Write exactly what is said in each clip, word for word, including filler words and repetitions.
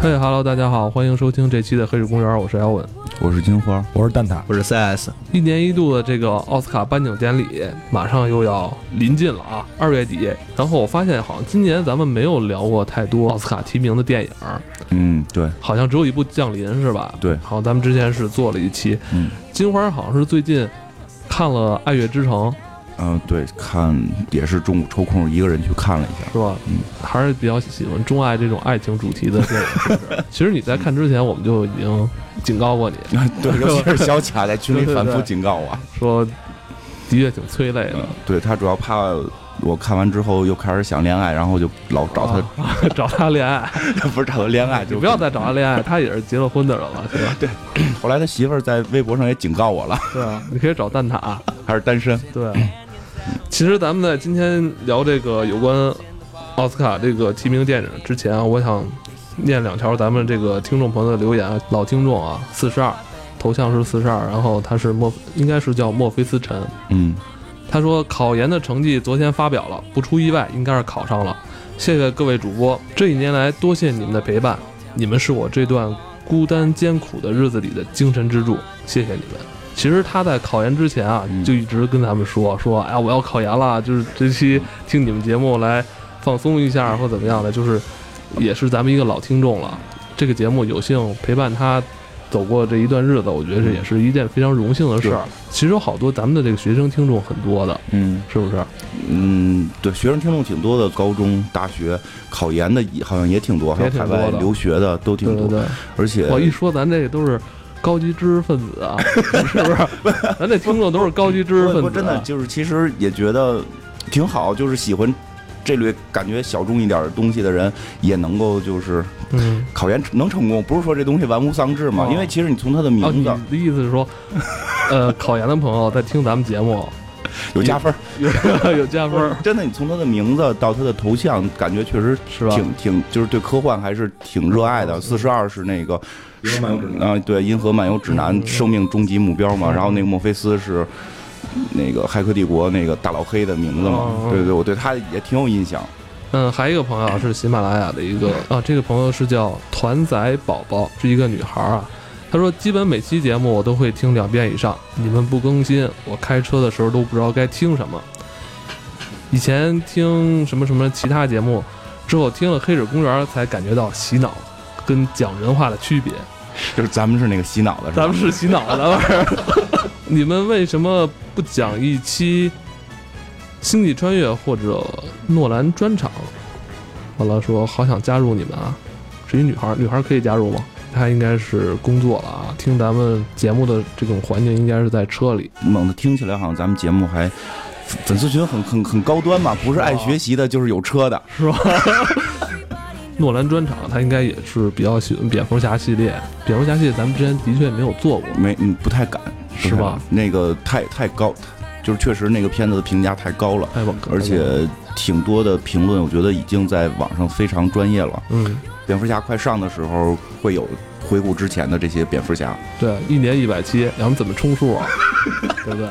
嘿、hey, ，Hello， 大家好，欢迎收听这期的黑水公园，我是姚文， 我是金花， 我是蛋挞， 我是 C S。 一年一度的这个奥斯卡颁奖典礼马上又要临近了啊，二月底。然后我发现好像今年咱们没有聊过太多奥斯卡提名的电影。 嗯，对， 好像只有一部《降临》是吧？ 对。 好，咱们之前是做了一期。 嗯。 金花好像是最近看了《爱乐之城》。 嗯、呃，对，看也是中午抽空一个人去看了一下， 是吧？嗯，还是比较喜欢钟爱这种爱情主题的电影，是不是？其实你在看之前，我们就已经警告过你， 对，尤其是小卡在群里反复警告我， 对对对说的确挺催泪的。 嗯、对他主要怕我看完之后又开始想恋爱，然后就老找他、 啊、找他恋爱， 不是找他恋爱，就不要再找他恋爱，他也是结了婚的人了，是吧？ 对。后来他媳妇儿在微博上也警告我了， 对啊，你可以找蛋挞， 还是单身， 对、啊。其实咱们在今天聊这个有关奥斯卡这个提名电影之前啊，我想念两条咱们这个听众朋友的留言啊，老听众啊，四十二，头像是四十二，然后他是莫，应该是叫墨菲斯陈， 嗯， 他说考研的成绩昨天发表了，不出意外应该是考上了，谢谢各位主播，这一年来多谢你们的陪伴，你们是我这段孤单艰苦的日子里的精神支柱，谢谢你们。其实他在考研之前啊，就一直跟咱们说说，哎，我要考研了，就是这期听你们节目来放松一下或怎么样的，就是也是咱们一个老听众了。这个节目有幸陪伴他走过这一段日子，我觉得这也是一件非常荣幸的事儿。其实有好多咱们的这个学生听众很多的，嗯，是不是？ 嗯，对，学生听众挺多的，高中、大学考研的好像也挺多，还有海外留学的都挺多， 对对对， 而且我一说咱这个都是。高级知识分子啊，是不是？咱这听众都是高级知识分子、啊。 真的就是，其实也觉得挺好，就是喜欢这类感觉小众一点的东西的人，也能够就是，嗯，考研能成功，不是说这东西玩物丧志嘛、哦？因为其实你从他的名字， 哦、你的意思是说，呃，考研的朋友在听咱们节目。 有加分， 有有加分， 真的，你从他的名字到他的头像，感觉确实是吧？ 挺挺，就是对科幻还是挺热爱的。四十二是那个啊，对，银河漫游指南，生命终极目标嘛。然后那个墨菲斯是那个骇客帝国那个大老黑的名字嘛。对对，我对他也挺有印象。 嗯，还有一个朋友是喜马拉雅的一个啊，这个朋友是叫团仔宝宝，是一个女孩啊。他说基本每期节目我都会听两遍以上，你们不更新我开车的时候都不知道该听什么。以前听什么什么其他节目之后，听了黑水公园才感觉到洗脑跟讲人话的区别。 就是咱们是那个洗脑的， 咱们是洗脑的玩意儿。你们为什么不讲一期星际穿越或者诺兰专场？完了说好想加入你们啊，是一女孩，女孩可以加入吗？他应该是工作了啊，听咱们节目的这种环境应该是在车里。 猛的听起来好像咱们节目还粉丝群很很很高端嘛，不是爱学习的，就是有车的， 是吧？诺兰专场他应该也是比较喜欢蝙蝠侠系列，蝙蝠侠系列咱们之前的确没有做过， 没嗯不太敢， 是吧？ 那个太太高，就是确实那个片子的评价太高了， 太高了， 而且挺多的评论，我觉得已经在网上非常专业了。 嗯。 蝙蝠侠快上的时候会有回顾之前的这些蝙蝠侠， 对，一年一百期，咱们怎么充数啊？对不对？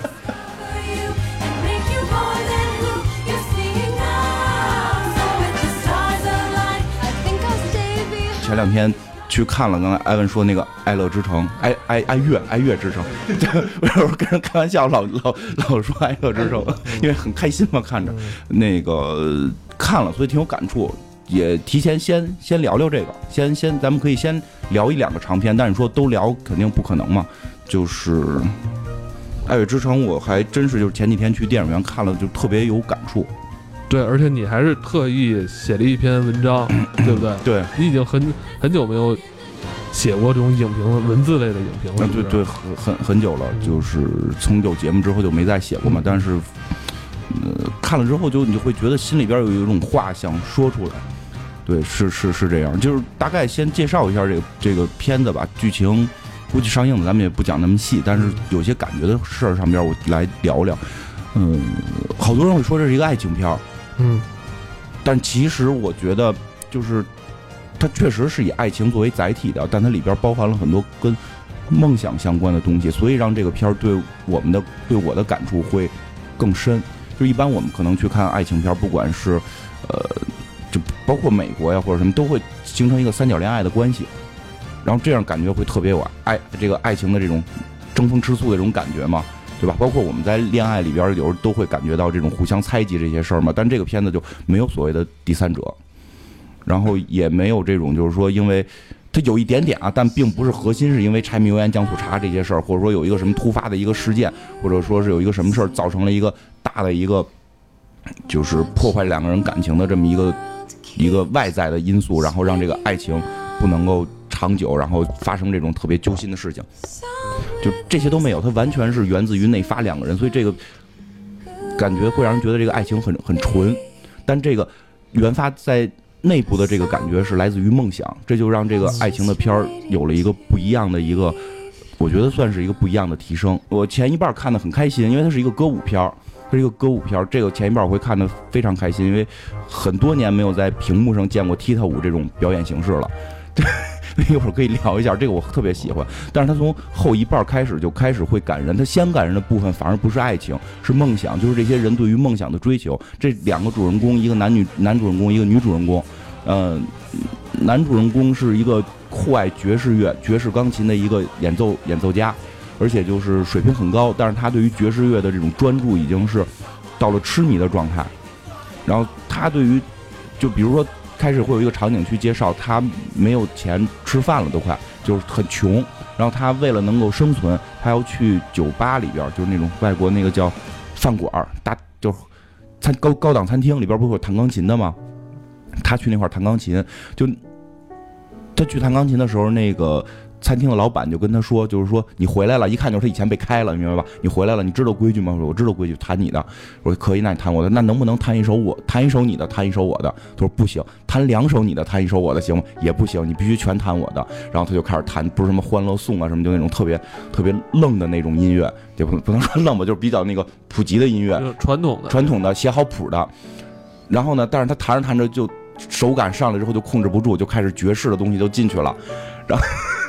前两天去看了，刚才艾文说那个《爱乐之城》，爱爱爱乐爱乐之城，我有时候跟人开玩笑，老老老说爱乐之城，因为很开心嘛，看着那个看了，所以挺有感触。也提前先先聊聊这个，先先咱们可以先聊一两个长篇，但是你说都聊肯定不可能嘛。就是《爱乐之城》，我还真是就是前几天去电影院看了，就特别有感触。 对，而且你还是特意写了一篇文章，对不对？ 对， 你已经很很久没有写过这种影评文字类的影评了。 对对，很很很久了，就是从有节目之后就没再写过嘛。嗯、但是，呃，看了之后就你就会觉得心里边有一种话想说出来。对，是是是这样，就是大概先介绍一下这个这个片子吧。剧情估计上映的咱们也不讲那么细，但是有些感觉的事儿上边我来聊聊。嗯，好多人会说这是一个爱情片儿， 嗯， 但其实我觉得就是它确实是以爱情作为载体的，但它里边包含了很多跟梦想相关的东西，所以让这个片儿对我们的对我的感触会更深。就一般我们可能去看爱情片，不管是呃。 就包括美国呀或者什么都会形成一个三角恋爱的关系，然后这样感觉会特别有爱这个爱情的这种争风吃醋的这种感觉嘛，对吧？包括我们在恋爱里边有时候都会感觉到这种互相猜忌这些事儿嘛，但这个片子就没有所谓的第三者，然后也没有这种就是说因为它有一点点啊，但并不是核心，是因为柴米油盐酱醋茶这些事儿，或者说有一个什么突发的一个事件，或者说是有一个什么事儿造成了一个大的一个就是破坏两个人感情的这么一个一个外在的因素，然后让这个爱情不能够长久，然后发生这种特别揪心的事情，就这些都没有，它完全是源自于内发两个人，所以这个感觉会让人觉得这个爱情很很纯，但这个源发在内部的这个感觉是来自于梦想，这就让这个爱情的片儿有了一个不一样的一个，我觉得算是一个不一样的提升。我前一半看得很开心，因为它是一个歌舞片儿，它是一个歌舞片儿，这个前一半我会看得非常开心，因为很多年没有在屏幕上见过踢踏舞这种表演形式了。一会儿可以聊一下，这个我特别喜欢。但是他从后一半开始就开始会感人，他先感人的部分反而不是爱情，是梦想，就是这些人对于梦想的追求。这两个主人公，一个男女男主人公，一个女主人公。呃，男主人公是一个酷爱爵士乐、爵士钢琴的一个演奏演奏家，而且就是水平很高，但是他对于爵士乐的这种专注已经是到了痴迷的状态。然后他对于，就比如说。开始会有一个场景去介绍他没有钱吃饭了，都快就是很穷，然后他为了能够生存，他要去酒吧里边，就是那种外国那个叫饭馆大，就是餐高高档餐厅里边不会有弹钢琴的吗？他去那块弹钢琴，就他去弹钢琴的时候，那个餐厅的老板就跟他说，就是说你回来了，一看就是他以前被开了，你明白吧？你回来了，你知道规矩吗？我说我知道规矩，弹你的。我说可以，那你弹我的，那能不能弹一首我弹一首你的，弹一首我的？他说不行，弹两首你的，弹一首我的行吗？也不行，你必须全弹我的。然后他就开始弹，不是什么欢乐颂啊什么，就那种特别特别愣的那种音乐，也不不能说愣吧，就是比较那个普及的音乐， 传统的传统的写好谱的。然后呢，但是他弹着弹着就手感上来之后就控制不住，就开始爵士的东西就进去了，然后。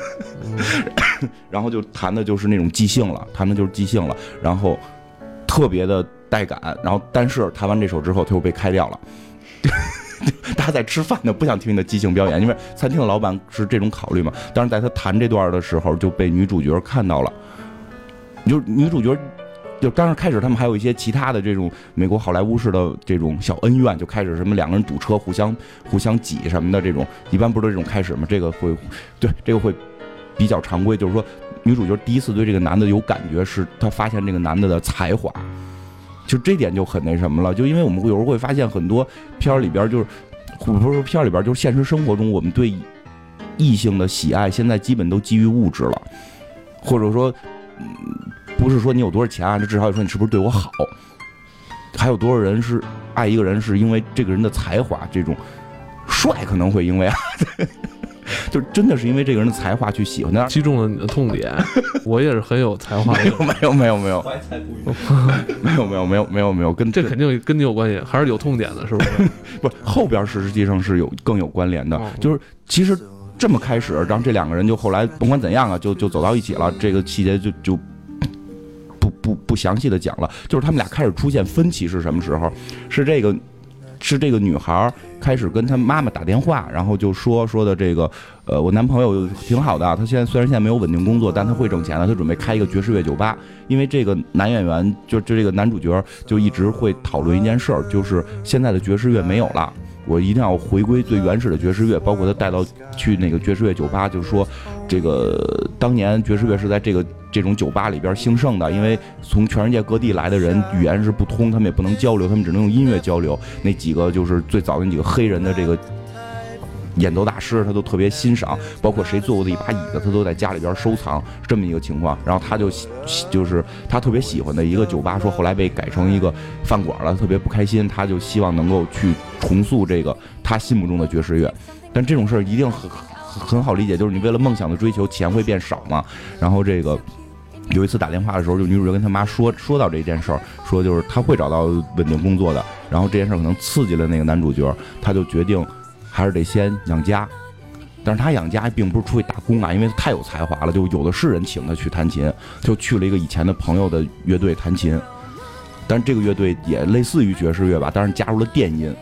然后就弹的就是那种即兴了，弹的就是即兴了，然后特别的带感，然后但是弹完这首之后他又被开掉了。大家在吃饭呢，不想听你的即兴表演，因为餐厅的老板是这种考虑嘛。但是在他弹这段的时候就被女主角看到了，就是女主角就当时开始他们还有一些其他的这种美国好莱坞式的这种小恩怨，就开始什么两个人堵车互相互相挤什么的，这种一般不是这种开始吗？这个会对这个会比较常规，就是说女主角第一次对这个男的有感觉，是她发现这个男的的才华，就这点就很那什么了。就因为我们有时候会发现很多片儿里边，就是不是说片儿里边，就是现实生活中我们对异性的喜爱现在基本都基于物质了，或者说、嗯、不是说你有多少钱啊，这至少说你是不是对我好，还有多少人是爱一个人是因为这个人的才华，这种帅可能会因为啊。就真的是因为这个人的才华去喜欢他， 击中了你的痛点。我也是很有才华的。 没有没有没有没有，怀才不遇。没有没有没有没有没有，跟这肯定跟你有关系，还是有痛点的，是不是？ 不，后边是实际上是有更有关联的，哦、就是其实这么开始，然后这两个人就后来甭管怎样啊，就就走到一起了。这个细节就就不不不详细的讲了，就是他们俩开始出现分歧是什么时候？是这个。是这个女孩开始跟她妈妈打电话，然后就说说的这个，呃，我男朋友挺好的，他现在虽然现在没有稳定工作，但他会挣钱了，他准备开一个爵士乐酒吧。因为这个男演员就就这个男主角就一直会讨论一件事儿，就是现在的爵士乐没有了，我一定要回归最原始的爵士乐，包括他带到去那个爵士乐酒吧，就是说这个当年爵士乐是在这个这种酒吧里边兴盛的，因为从全世界各地来的人语言是不通，他们也不能交流，他们只能用音乐交流。那几个就是最早的那几个黑人的这个演奏大师，他都特别欣赏，包括谁坐过的一把椅子，他都在家里边收藏，这么一个情况。然后他就就是他特别喜欢的一个酒吧，说后来被改成一个饭馆了，特别不开心，他就希望能够去重塑这个他心目中的爵士乐。但这种事儿一定很很好理解，就是你为了梦想的追求，钱会变少嘛。然后这个有一次打电话的时候，就女主角跟他妈说说到这件事儿，说就是他会找到稳定工作的。然后这件事儿可能刺激了那个男主角，他就决定还是得先养家。但是他养家并不是出去打工啊，因为他太有才华了，就有的是人请他去弹琴，就去了一个以前的朋友的乐队弹琴。但是这个乐队也类似于爵士乐吧，当然加入了电音。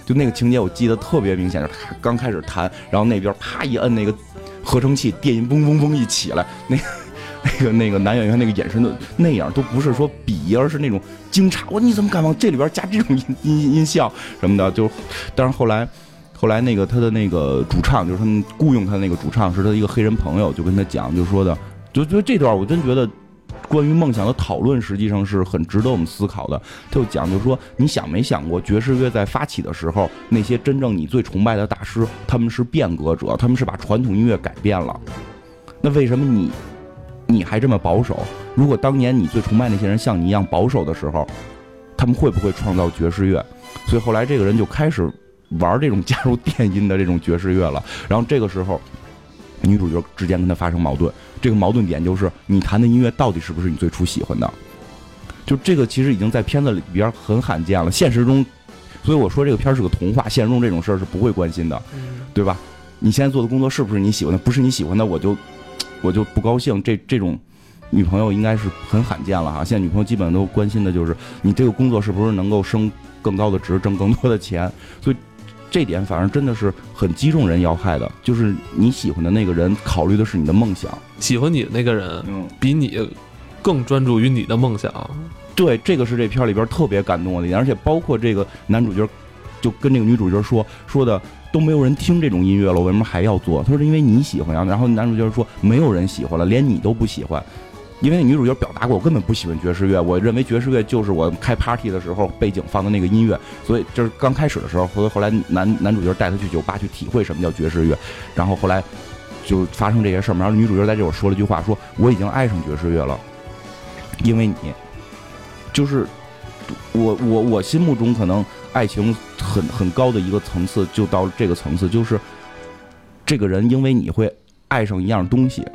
就那个情节我记得特别明显，就是他刚开始弹，然后那边啪一摁那个合成器，电音嘣嘣嘣一起来，那个那个那个男演员那个眼神的那样，都不是说鄙夷，而是那种惊诧，我你怎么敢往这里边加这种音音音效什么的，就但是后来。后来那个他的那个主唱，就是他们雇佣他的那个主唱是他的一个黑人朋友，就跟他讲，就说的，就就这段我真觉得关于梦想的讨论实际上是很值得我们思考的。他就讲，就是说你想没想过爵士乐在发起的时候，那些真正你最崇拜的大师，他们是变革者，他们是把传统音乐改变了。那为什么你你还这么保守？如果当年你最崇拜那些人像你一样保守的时候，他们会不会创造爵士乐？所以后来这个人就开始玩这种加入电音的这种爵士乐了，然后这个时候女主角之间跟他发生矛盾，这个矛盾点就是你弹的音乐到底是不是你最初喜欢的？就这个其实已经在片子里边很罕见了，现实中，所以我说这个片是个童话，现实中这种事儿是不会关心的，对吧？你现在做的工作是不是你喜欢的？不是你喜欢的，我就我就不高兴。这这种女朋友应该是很罕见了哈，现在女朋友基本都关心的就是你这个工作是不是能够升更高的职，挣更多的钱，所以。这点反而真的是很击中人要害的，就是你喜欢的那个人考虑的是你的梦想， 喜欢你的那个人比你更专注于你的梦想。 对，这个是这片里边特别感动的一点，而且包括这个男主角就跟这个女主角说说的都没有人听这种音乐了，我为什么还要做？他说因为你喜欢呀。然后男主角说没有人喜欢了，连你都不喜欢。因为女主角表达过，我根本不喜欢爵士乐，我认为爵士乐就是我开 party 的时候背景放的那个音乐，所以这是刚开始的时候，后后来男男主角带她去酒吧去体会什么叫爵士乐，然后后来就发生这些事儿，然后女主角在这会儿说了句话，说我已经爱上爵士乐了，因为你，就是我我我心目中可能爱情很很高的一个层次就到这个层次，就是这个人因为你会爱上一样东西。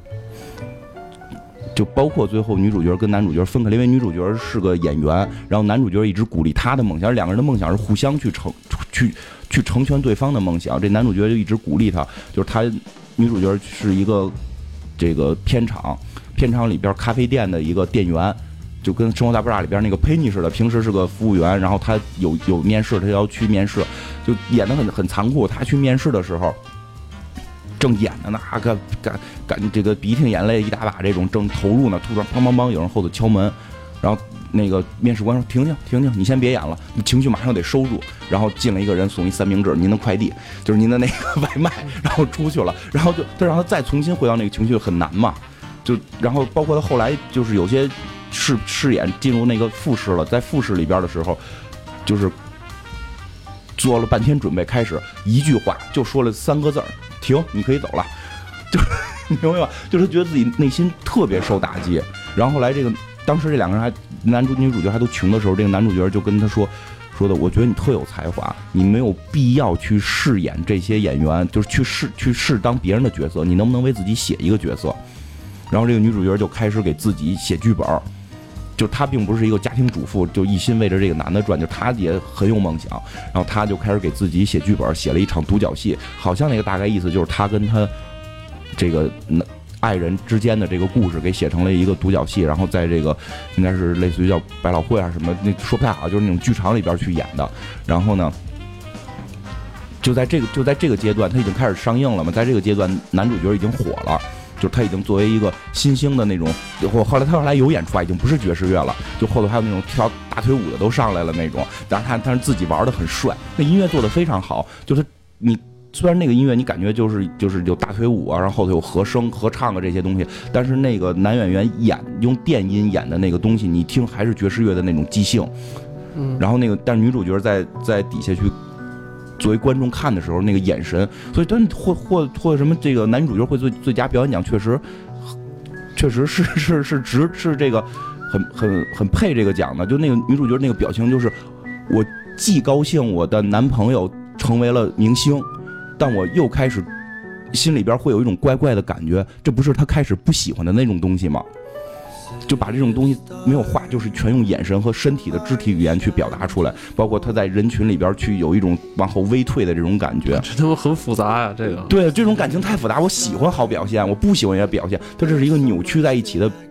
就包括最后女主角跟男主角分开，因为女主角是个演员，然后男主角一直鼓励她的梦想，两个人的梦想是互相去成去去成全对方的梦想。这男主角就一直鼓励她，就是他女主角是一个这个片场片场里边咖啡店的一个店员，就跟《生活大爆炸》里边那个佩妮似的，平时是个服务员，然后他有有面试，他要去面试，就演得很很残酷。他去面试的时候。正演的那个赶赶这个鼻涕眼泪一大把，这种正投入呢，突然砰砰砰有人后头敲门，然后那个面试官说停停停停，你先别演了，你情绪马上得收住。然后进了一个人送一三明治，您的快递就是您的那个外卖，然后出去了，然后就他让他再重新回到那个情绪很难嘛，就然后包括他后来就是有些试试演进入那个复试了，在复试里边的时候，就是做了半天准备，开始一句话就说了三个字儿。停，你可以走了，就是你明白吧？就是觉得自己内心特别受打击。然后后来这个，当时这两个人还男主女主角还都穷的时候，这个男主角就跟他说说的，我觉得你特有才华，你没有必要去饰演这些演员，就是去试去试当别人的角色，你能不能为自己写一个角色？然后这个女主角就开始给自己写剧本。就她并不是一个家庭主妇，就一心为着这个男的转，就她也很有梦想，然后她就开始给自己写剧本，写了一场独角戏，好像那个大概意思就是她跟她这个爱人之间的这个故事给写成了一个独角戏，然后在这个应该是类似于叫百老汇啊什么，那说不太好，就是那种剧场里边去演的。然后呢，就在这个就在这个阶段，他已经开始上映了嘛，在这个阶段，男主角已经火了。就是他已经作为一个新兴的那种，后后来他后来有演出来，已经不是爵士乐了，就后头还有那种跳大腿舞的都上来了那种，但是他但是自己玩的很帅，那音乐做的非常好，就是你虽然那个音乐你感觉就是就是有大腿舞啊，然后后头有和声合唱啊这些东西，但是那个男演员演用电音演的那个东西，你听还是爵士乐的那种即兴，嗯，然后那个但是女主角在在底下去。作为观众看的时候那个眼神，所以真或或或什么这个男女主角会最最佳表演奖，确实确实是是是值是这个很很很配这个奖的。就那个女主角那个表情，就是我既高兴我的男朋友成为了明星，但我又开始心里边会有一种怪怪的感觉，这不是他开始不喜欢的那种东西吗？就把这种东西没有话，就是全用眼神和身体的肢体语言去表达出来，包括他在人群里边去有一种往后微退的这种感觉， 这他妈很复杂呀！这个对这种感情太复杂，我喜欢好表现，我不喜欢也表现，它这是一个扭曲在一起的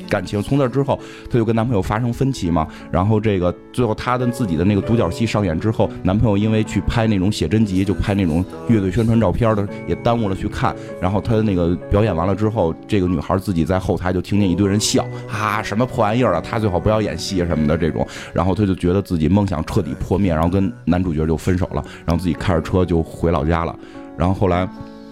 感情。从那之后，她就跟男朋友发生分歧嘛，然后这个最后她的自己的那个独角戏上演之后，男朋友因为去拍那种写真集，就拍那种乐队宣传照片的，也耽误了去看。然后她那个表演完了之后，这个女孩自己在后台就听见一堆人笑啊，什么破玩意儿啊，她最好不要演戏什么的这种。然后她就觉得自己梦想彻底破灭，然后跟男主角就分手了，然后自己开着车就回老家了。然后后来，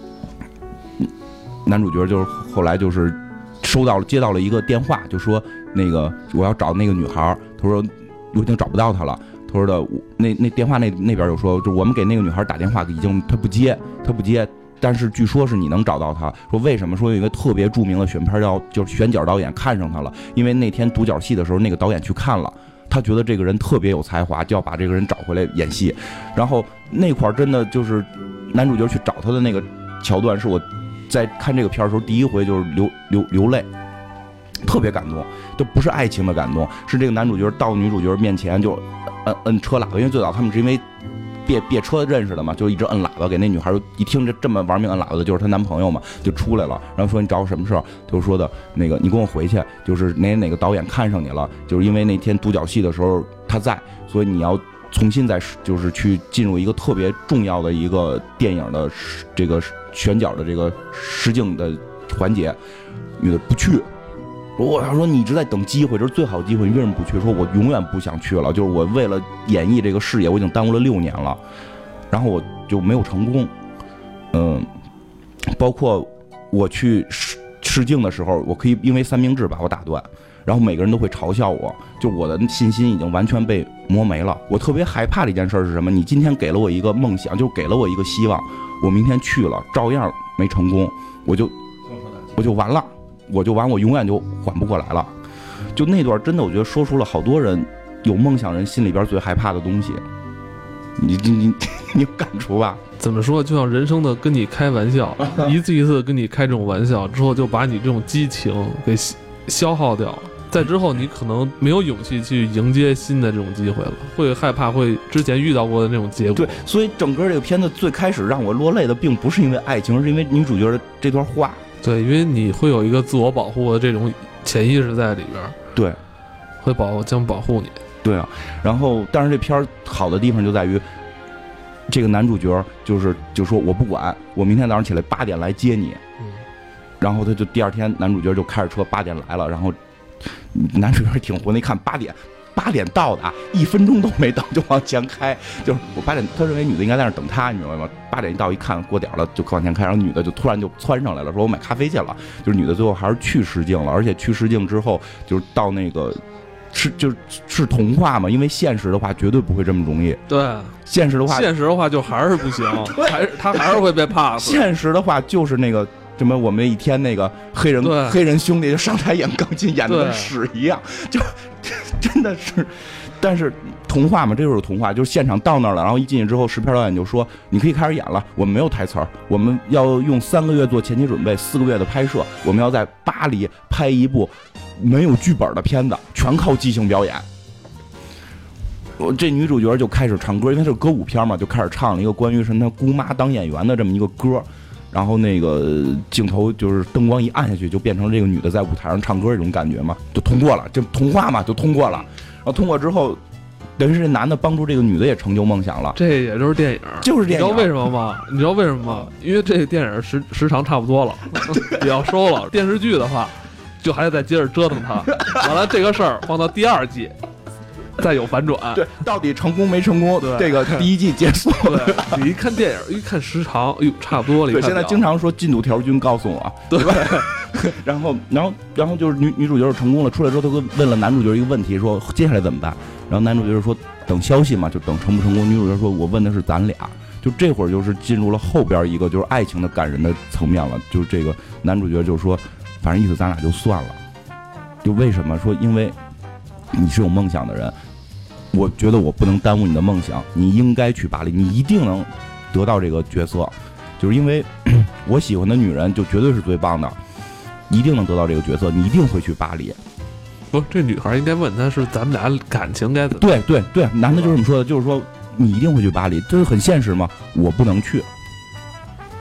男主角就是后来就是收到了接到了一个电话，就说那个我要找那个女孩，他说我已经找不到她了。他说的那那电话那那边就说，就我们给那个女孩打电话，已经她不接，她不接。但是据说是你能找到她，说为什么？说有一个特别著名的选片要就是选角导演看上她了，因为那天独角戏的时候，那个导演去看了。他觉得这个人特别有才华，就要把这个人找回来演戏。然后那块儿真的就是男主角去找他的那个桥段，是我在看这个片儿的时候第一回就是流流流泪，特别感动。就不是爱情的感动，是这个男主角到女主角面前就摁摁车喇叭，因为最早他们是因为别别车认识的嘛，就一直摁喇叭给那女孩，一听这这么玩命摁喇叭的就是她男朋友嘛，就出来了，然后说你找我什么事儿？就说的那个你跟我回去，就是哪哪个导演看上你了，就是因为那天独角戏的时候他在，所以你要重新再就是去进入一个特别重要的一个电影的这个选角的这个试镜的环节。女的不去。我他说你一直在等机会，这是最好的机会，你为什么不去？说我永远不想去了，就是我为了演绎这个事业，我已经耽误了六年了，然后我就没有成功。嗯，包括我去试试镜的时候，我可以因为三明治把我打断，然后每个人都会嘲笑我，就我的信心已经完全被磨没了。我特别害怕的一件事是什么？你今天给了我一个梦想，就给了我一个希望，我明天去了照样没成功，我就我就完了。我就完，我永远就缓不过来了。就那段真的，我觉得说出了好多人有梦想人心里边最害怕的东西。你你你你有感触吧？ 怎么说？就像人生的跟你开玩笑，一次一次跟你开这种玩笑之后，就把你这种激情给消耗掉了。在之后，你可能没有勇气去迎接新的这种机会了，会害怕会之前遇到过的那种结果。 对，所以整个这个片子最开始让我落泪的，并不是因为爱情，是因为女主角的这段话。 对，因为你会有一个自我保护的这种潜意识在里边， 对， 会保将保护你。 对啊，然后但是这片儿好的地方就在于，这个男主角就是就说我不管，我明天早上起来八点来接你，嗯，然后他就第二天男主角就开着车八点来了，然后男主角挺混的，一看八点。八点到的，一分钟都没等就往前开，就是我八点，他认为女的应该在那等他，你明白吗？八点一到一看过点了就往前开，然后女的就突然就窜上来了，说我买咖啡去了。就是女的最后还是去试镜了，而且去试镜之后就是到那个是就是是童话嘛，因为现实的话绝对不会这么容易。 对， 现实的话， 现实的话就还是不行，还是他还是会被 pass。 现实的话就是那个。什么？我们一天那个黑人黑人兄弟就上台演钢琴，演的跟屎一样，就真的是。但是童话嘛，这就是童话，就是现场到那儿了，然后一进去之后，试片导演就说：“你可以开始演了，我们没有台词儿，我们要用三个月做前期准备，四个月的拍摄，我们要在巴黎拍一部没有剧本的片子，全靠即兴表演。”我这女主角就开始唱歌，因为是歌舞片嘛，就开始唱了一个关于什么姑妈当演员的这么一个歌。然后那个镜头就是灯光一按下去，就变成这个女的在舞台上唱歌这种感觉嘛，就通过了，这童话嘛就通过了。然后通过之后，等于是这男的帮助这个女的也成就梦想了。 这也就是电影， 就是电影。 你知道为什么吗？你知道为什么吗？因为这个电影时时长差不多了，也要收了。电视剧的话，就还得再接着折腾它。完了，这个事儿放到第二季。再有反转， 对，到底成功没成功？对，这个第一季结束了。 你一看电影，一看时长，哎呦，差不多了。 对，现在经常说进度条君告诉我，对吧？然后，然后，然后就是女女主角成功了，出来之后，她问了男主角一个问题，说接下来怎么办？然后男主角说等消息嘛，就等成不成功。女主角说，我问的是咱俩。就这会儿就是进入了后边一个就是爱情的感人的层面了。就是这个男主角就说，反正意思咱俩就算了。就为什么说？因为你是有梦想的人。我觉得我不能耽误你的梦想，你应该去巴黎，你一定能得到这个角色，就是因为我喜欢的女人就绝对是最棒的，一定能得到这个角色，你一定会去巴黎。 不，这女孩应该问他是咱们俩感情该怎么？ 对对对，男的就是这么说的，就是说你一定会去巴黎，这是很现实吗？我不能去，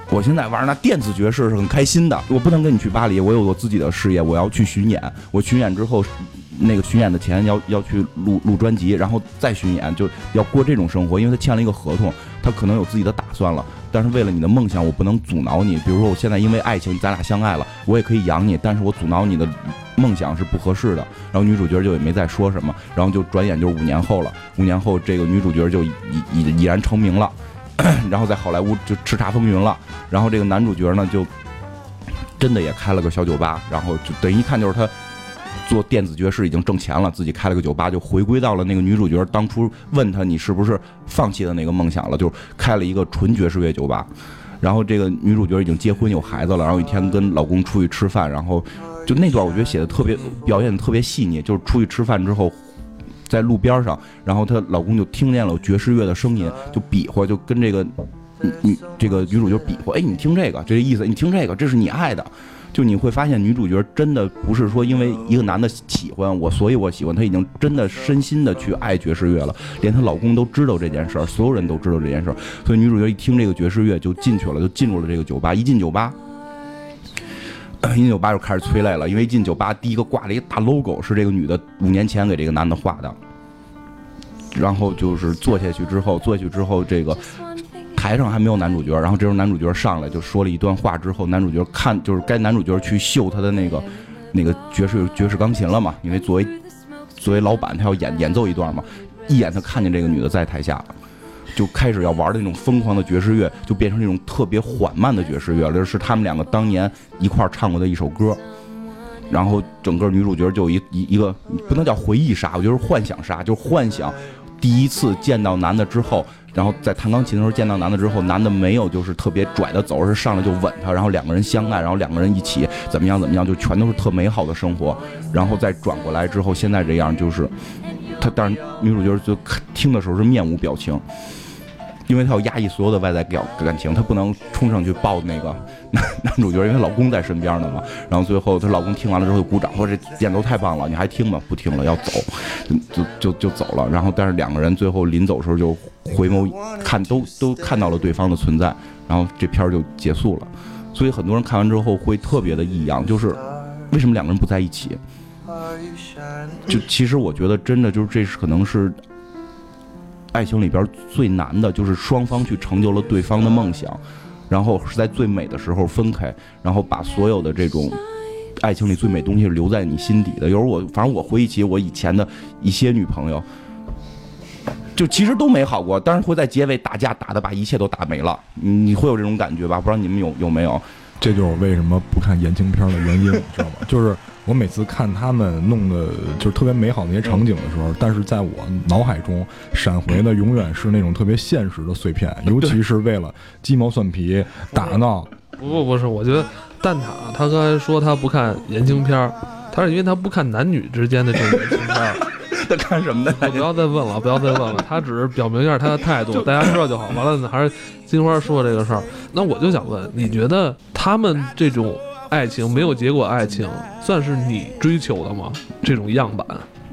我现在玩那电子爵士是很开心的，我不能跟你去巴黎，我有我自己的事业，我要去巡演，我巡演之后那个巡演的钱要要去录录专辑，然后再巡演，就要过这种生活，因为他签了一个合同，他可能有自己的打算了，但是为了你的梦想，我不能阻挠你。比如说我现在因为爱情咱俩相爱了，我也可以养你，但是我阻挠你的梦想是不合适的。然后女主角就也没再说什么，然后就转眼就是五年后了，五年后这个女主角就已已已然成名了，然后在好莱坞就叱咤风云了。然后这个男主角呢就真的也开了个小酒吧，然后就等于一看就是他做电子爵士已经挣钱了，自己开了个酒吧，就回归到了那个女主角当初问他你是不是放弃的那个梦想了，就开了一个纯爵士乐酒吧。然后这个女主角已经结婚有孩子了，然后一天跟老公出去吃饭，然后就那段我觉得写的特别，表现的特别细腻，就是出去吃饭之后在路边上，然后她老公就听见了爵士乐的声音，就比划，就跟这个女这个女主角比划，哎，你听这个，这意思，你听这个，这是你爱的。就你会发现女主角真的不是说因为一个男的喜欢我，所以我喜欢她，已经真的身心的去爱爵士乐了，连她老公都知道这件事儿，所有人都知道这件事儿，所以女主角一听这个爵士乐就进去了，就进入了这个酒吧。一进酒吧，一进酒吧就开始催泪了，因为一进酒吧第一个挂了一个大 logo， 是这个女的五年前给这个男的画的。然后就是坐下去之后，坐下去之后这个。台上还没有男主角，然后这时候男主角上来就说了一段话之后，男主角看就是该男主角去秀他的那个那个爵士爵士钢琴了嘛，因为作为作为老板他要演演奏一段嘛，一眼他看见这个女的在台下，就开始要玩的那种疯狂的爵士乐，就变成那种特别缓慢的爵士乐了，这是他们两个当年一块唱过的一首歌。然后整个女主角就一一一个不能叫回忆杀，我觉得是幻想杀，就是幻想第一次见到男的之后，然后在弹钢琴的时候见到男的之后，男的没有就是特别拽的走，而是上来就吻他，然后两个人相爱，然后两个人一起怎么样怎么样，就全都是特美好的生活。然后再转过来之后，现在这样就是他，当然女主角就听的时候是面无表情，因为她要压抑所有的外在感情，她不能冲上去抱那个男男主角，因为老公在身边呢嘛。然后最后她老公听完了之后就鼓掌，说这演奏太棒了，你还听吗？不听了，要走，就就就走了。然后但是两个人最后临走的时候就回眸看，都都看到了对方的存在，然后这片就结束了。所以很多人看完之后会特别的异样，就是为什么两个人不在一起？就其实我觉得真的就是这是可能是爱情里边最难的，就是双方去成就了对方的梦想，然后是在最美的时候分开，然后把所有的这种爱情里最美东西留在你心底的。有时候我反正我回忆起我以前的一些女朋友，就其实都没好过，但是会在结尾打架打的把一切都打没了，你会有这种感觉吧？不知道你们有有没有？ 这就是我为什么不看言情片的原因，你知道吗？就是我每次看他们弄的就是特别美好的那些场景的时候，但是在我脑海中闪回的永远是那种特别现实的碎片，尤其是为了鸡毛蒜皮打闹。 不不不是，我觉得蛋挞他刚才说他不看言情片，他是因为他不看男女之间的这种言情片。 他看什么呢？ 不要再问了，不要再问了。他只是表明一下他的态度，大家知道就好。完了呢，还是金花说这个事儿。那我就想问，你觉得他们这种爱情没有结果爱情，算是你追求的吗？这种样板？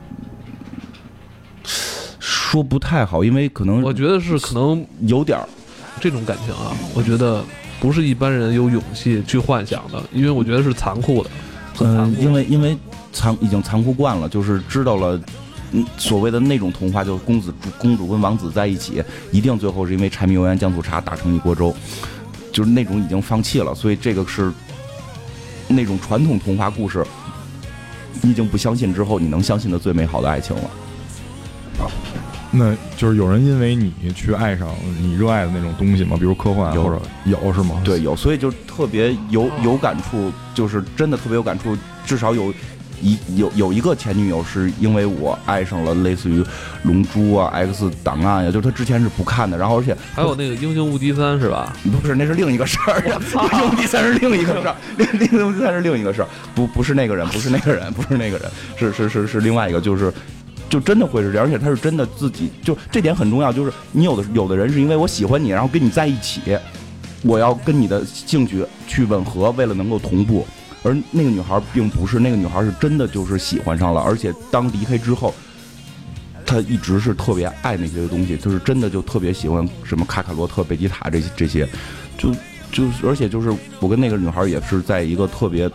说不太好，因为可能我觉得是可能有点这种感情啊，我觉得不是一般人有勇气去幻想的，因为我觉得是残酷的。 嗯、呃，因为因为残已经残酷惯了，就是知道了。嗯，所谓的那种童话，就是公子公主跟王子在一起，一定最后是因为柴米油盐酱醋茶打成一锅粥，就是那种已经放弃了。所以这个是那种传统童话故事，你已经不相信之后，你能相信的最美好的爱情了。 啊，那就是有人因为你去爱上你热爱的那种东西吗？比如科幻或者有是吗？ 对，有，所以就特别有有感触，就是真的特别有感触，至少有。一有有一个前女友是因为我爱上了类似于龙珠啊 X 档案呀、啊，就是他之前是不看的，然后而且还有那个英雄无敌三是吧？ 不是，那是另一个事儿，英雄无敌三是另一个事儿，英雄无敌三是另一个事儿，不不是那个人，不是那个人，不是那个人，是是是是另外一个，就是就真的会是这样，而且他是真的自己，就这点很重要，就是你有的有的人是因为我喜欢你，然后跟你在一起，我要跟你的兴趣去吻合，为了能够同步。而那个女孩并不是，那个女孩是真的就是喜欢上了，而且当离开之后，她一直是特别爱那些东西，就是真的就特别喜欢什么卡卡罗特、贝吉塔这些这些，就就是而且就是我跟那个女孩也是在一个特别，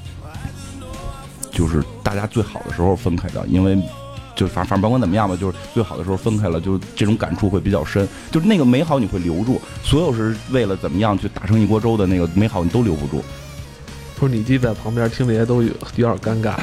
就是大家最好的时候分开的，因为就反反正甭管怎么样吧，就是最好的时候分开了，就这种感触会比较深，就是那个美好你会留住，所有是为了怎么样去打成一锅粥的那个美好你都留不住。 不是你弟在旁边听这些都有有点尴尬。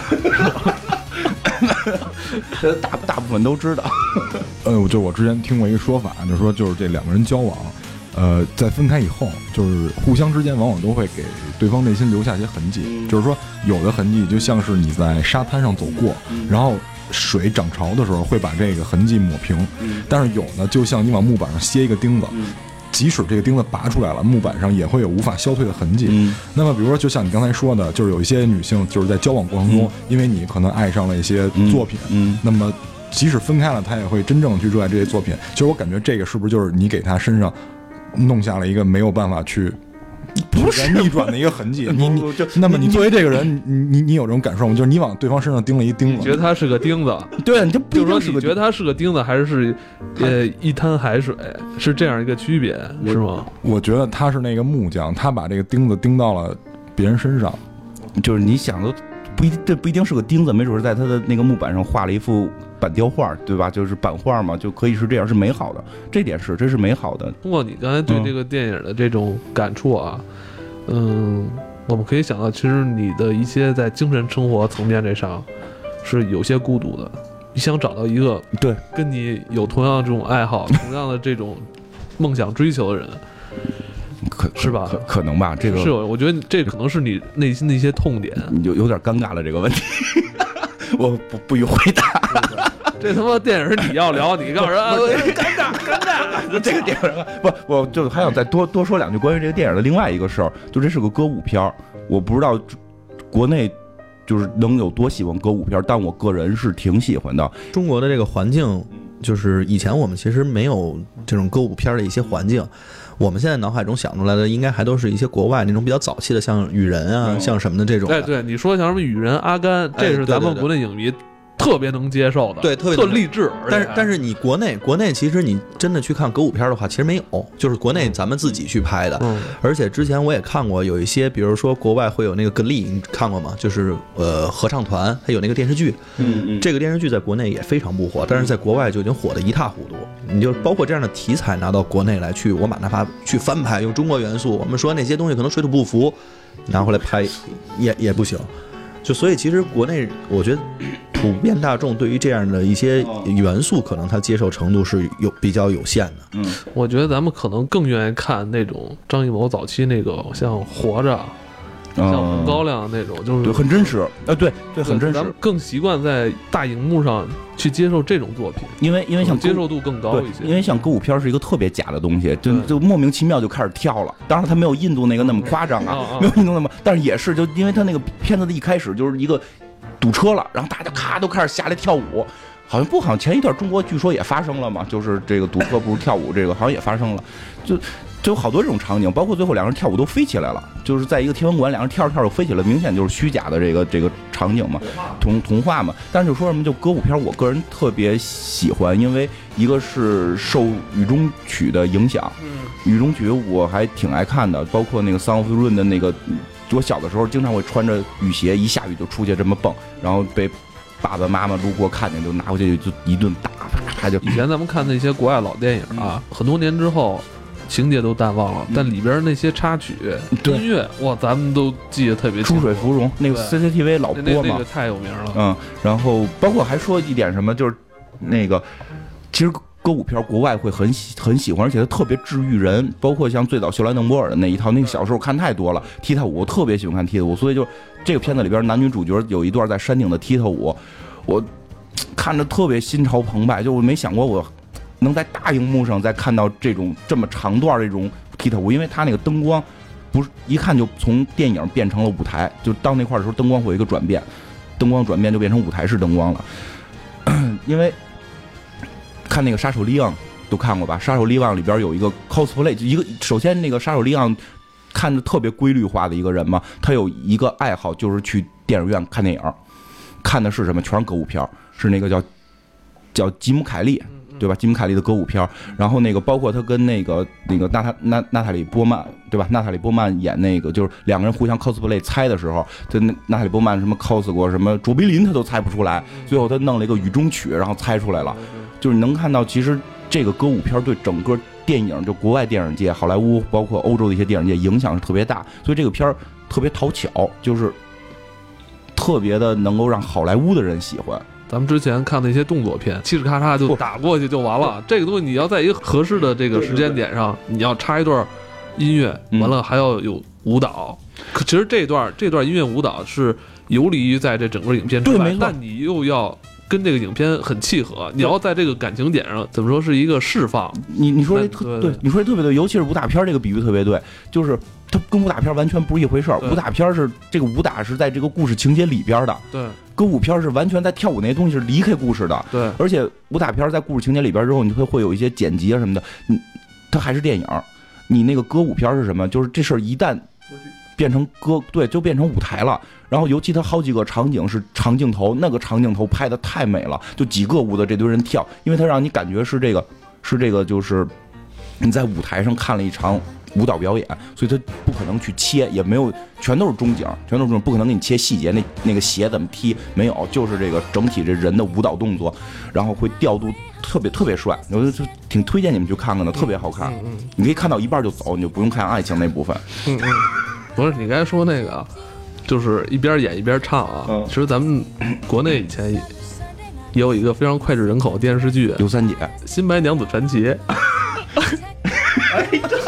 大大部分都知道。 呃，就我之前听过一个说法，就是说就是这两个人交往，呃，在分开以后，就是互相之间往往都会给对方内心留下一些痕迹。嗯、就是说，有的痕迹就像是你在沙滩上走过，嗯、然后水涨潮的时候会把这个痕迹抹平，嗯、但是有呢，就像你往木板上楔一个钉子。嗯，即使这个钉子拔出来了，木板上也会有无法消退的痕迹。嗯，那么比如说，就像你刚才说的，就是有一些女性就是在交往过程中，嗯、因为你可能爱上了一些作品，嗯，嗯那么即使分开了，她也会真正去热爱这些作品。其实我感觉这个是不是就是你给她身上弄下了一个没有办法去不是逆转的一个痕迹？你你那么你作为这个人，你你你有这种感受吗？就是你往对方身上钉了一钉子， 你觉得他是个钉子？ 对，你就就说你觉得他是个钉子，还是是呃一滩海水，是这样一个区别，是吗？ 我觉得他是那个木匠，他把这个钉子钉到了别人身上， 就是你想的不一这不一定是个钉子，没准是在他的那个木板上画了一幅板雕画，对吧？就是版画嘛，就可以是这样，是美好的。这点是，这是美好的。 通过你刚才对这个电影的这种感触啊，嗯，我们可以想到，其实你的一些在精神生活层面这上是有些孤独的。你想找到一个对跟你有同样的这种爱好、同样的这种梦想追求的人。 可是吧？ 可可能吧，这个是，我觉得这可能是你内心的一些痛点， 有有点尴尬了这个问题，我不不予回答。 这他妈电影是你要聊，你告诉人尴尬尴尬。 这个电影不，我就还想再多多说两句关于这个电影的另外一个事儿，就这是个歌舞片，我不知道国内就是能有多喜欢歌舞片，但我个人是挺喜欢的。 中国的这个环境，就是以前我们其实没有这种歌舞片的一些环境。我们现在脑海中想出来的，应该还都是一些国外那种比较早期的，像雨人啊，嗯、像什么的这种的。 对对，你说像什么雨人、阿甘，这是咱们国内影迷特别能接受的， 对，特别特励志。 但是但是你国内国内其实你真的去看歌舞片的话，其实没有，就是国内咱们自己去拍的。嗯、而且之前我也看过有一些，比如说国外会有那个 Glee， 你看过吗？就是呃合唱团，它有那个电视剧。嗯嗯。这个电视剧在国内也非常不火，但是在国外就已经火得一塌糊涂。你就包括这样的题材拿到国内来去，我把哪怕去翻拍，用中国元素，我们说那些东西可能水土不服，拿回来拍也也不行。就所以其实国内我觉得普遍大众对于这样的一些元素，可能他接受程度是有比较有限的。 嗯，我觉得咱们可能更愿意看那种张艺谋早期那个像《活着》。像红高粱那种，就是对很真实啊，对对很真实。 咱们更习惯在大荧幕上去接受这种作品， 因为因为像接受度更高一些。 因为像歌舞片是一个特别假的东西，就就莫名其妙就开始跳了。当然它没有印度那个那么夸张啊，没有印度那么，但是也是就因为它那个片子的一开始就是一个堵车了，然后大家咔都开始下来跳舞。好像不好像前一段中国据说也发生了嘛，就是这个堵车不是跳舞，这个好像也发生了，就。就有好多这种场景，包括最后两个人跳舞都飞起来了，就是在一个天文馆，两个人跳着跳着飞起来，明显就是虚假的这个这个场景嘛，童童话嘛。但是就说什么就歌舞片，我个人特别喜欢，因为一个是受雨中曲的影响，雨中曲我还挺爱看的，包括那个 Song of the Rain 的那个，我小的时候经常会穿着雨鞋，一下雨就出去这么蹦，然后被爸爸妈妈路过看见就拿回去就一顿打，他就以前咱们看那些国外老电影啊，很多年之后。情节都淡忘了，但里边那些插曲、音乐，哇，咱们都记得特别清楚。 出水芙蓉那个 C C T V 老播嘛， 那个太有名了。 嗯，然后包括还说一点什么，就是那个，其实歌舞片国外会很喜很喜欢，而且它特别治愈人。包括像最早秀兰邓波尔的那一套，那个小时候看太多了，踢踏舞我特别喜欢看踢踏舞，所以就这个片子里边男女主角有一段在山顶的踢踏舞，我看着特别心潮澎湃，就我没想过我。能在大荧幕上再看到这种这么长段这种踢踏舞，因为它那个灯光不是一看就从电影变成了舞台，就到那块的时候灯光会有一个转变，灯光转变就变成舞台式灯光了。因为看那个杀手利昂都看过吧，杀手利昂里边有一个 cosplay， 就一个首先那个杀手利昂看着特别规律化的一个人嘛，他有一个爱好就是去电影院看电影，看的是什么？全是歌舞片，是那个叫叫吉姆凯利。 对吧？吉姆凯利的歌舞片，然后那个包括他跟那个那个娜塔娜娜塔莉波曼，对吧？娜塔莉波曼演那个就是两个人互相 cosplay 猜的时候，就娜塔莉波曼什么 cos 过什么卓别林，他都猜不出来，最后他弄了一个雨中曲，然后猜出来了。就是你能看到，其实这个歌舞片对整个电影，就国外电影界、好莱坞，包括欧洲的一些电影界影响是特别大，所以这个片儿特别讨巧，就是特别的能够让好莱坞的人喜欢。 咱们之前看的一些动作片，嘁哧咔嚓就打过去就完了。这个东西你要在一个合适的这个时间点上，你要插一段音乐，完了还要有舞蹈。可其实这段这段音乐舞蹈是游离于在这整个影片之外，但你又要跟这个影片很契合，你要在这个感情点上怎么说是一个释放。 你你说这特对，你说这特别对，尤其是武打片这个比喻特别对，就是它跟武打片完全不是一回事儿。武打片是这个武打是在这个故事情节里边的， 对。 歌舞片是完全在跳舞那些东西是离开故事的， 对。 而且武打片在故事情节里边之后，你会会有一些剪辑啊什么的，你它还是电影。你那个歌舞片是什么？就是这事儿一旦变成歌，对，就变成舞台了。然后尤其它好几个场景是长镜头，那个长镜头拍的太美了，就几个舞的这堆人跳，因为它让你感觉是这个是这个就是你在舞台上看了一场舞蹈表演，所以他不可能去切，也没有全都是中景，全都是不可能给你切细节，那那个鞋怎么踢没有，就是这个整体这人的舞蹈动作，然后会调度特别特别帅，我就就挺推荐你们去看看的，特别好看。 嗯嗯、 你可以看到一半就走，你就不用看爱情那部分。 嗯嗯，不是你刚才说那个，就是一边演一边唱啊。嗯、其实咱们国内以前也有一个非常脍炙人口的电视剧《 刘三姐》 《新白娘子传奇》。哎，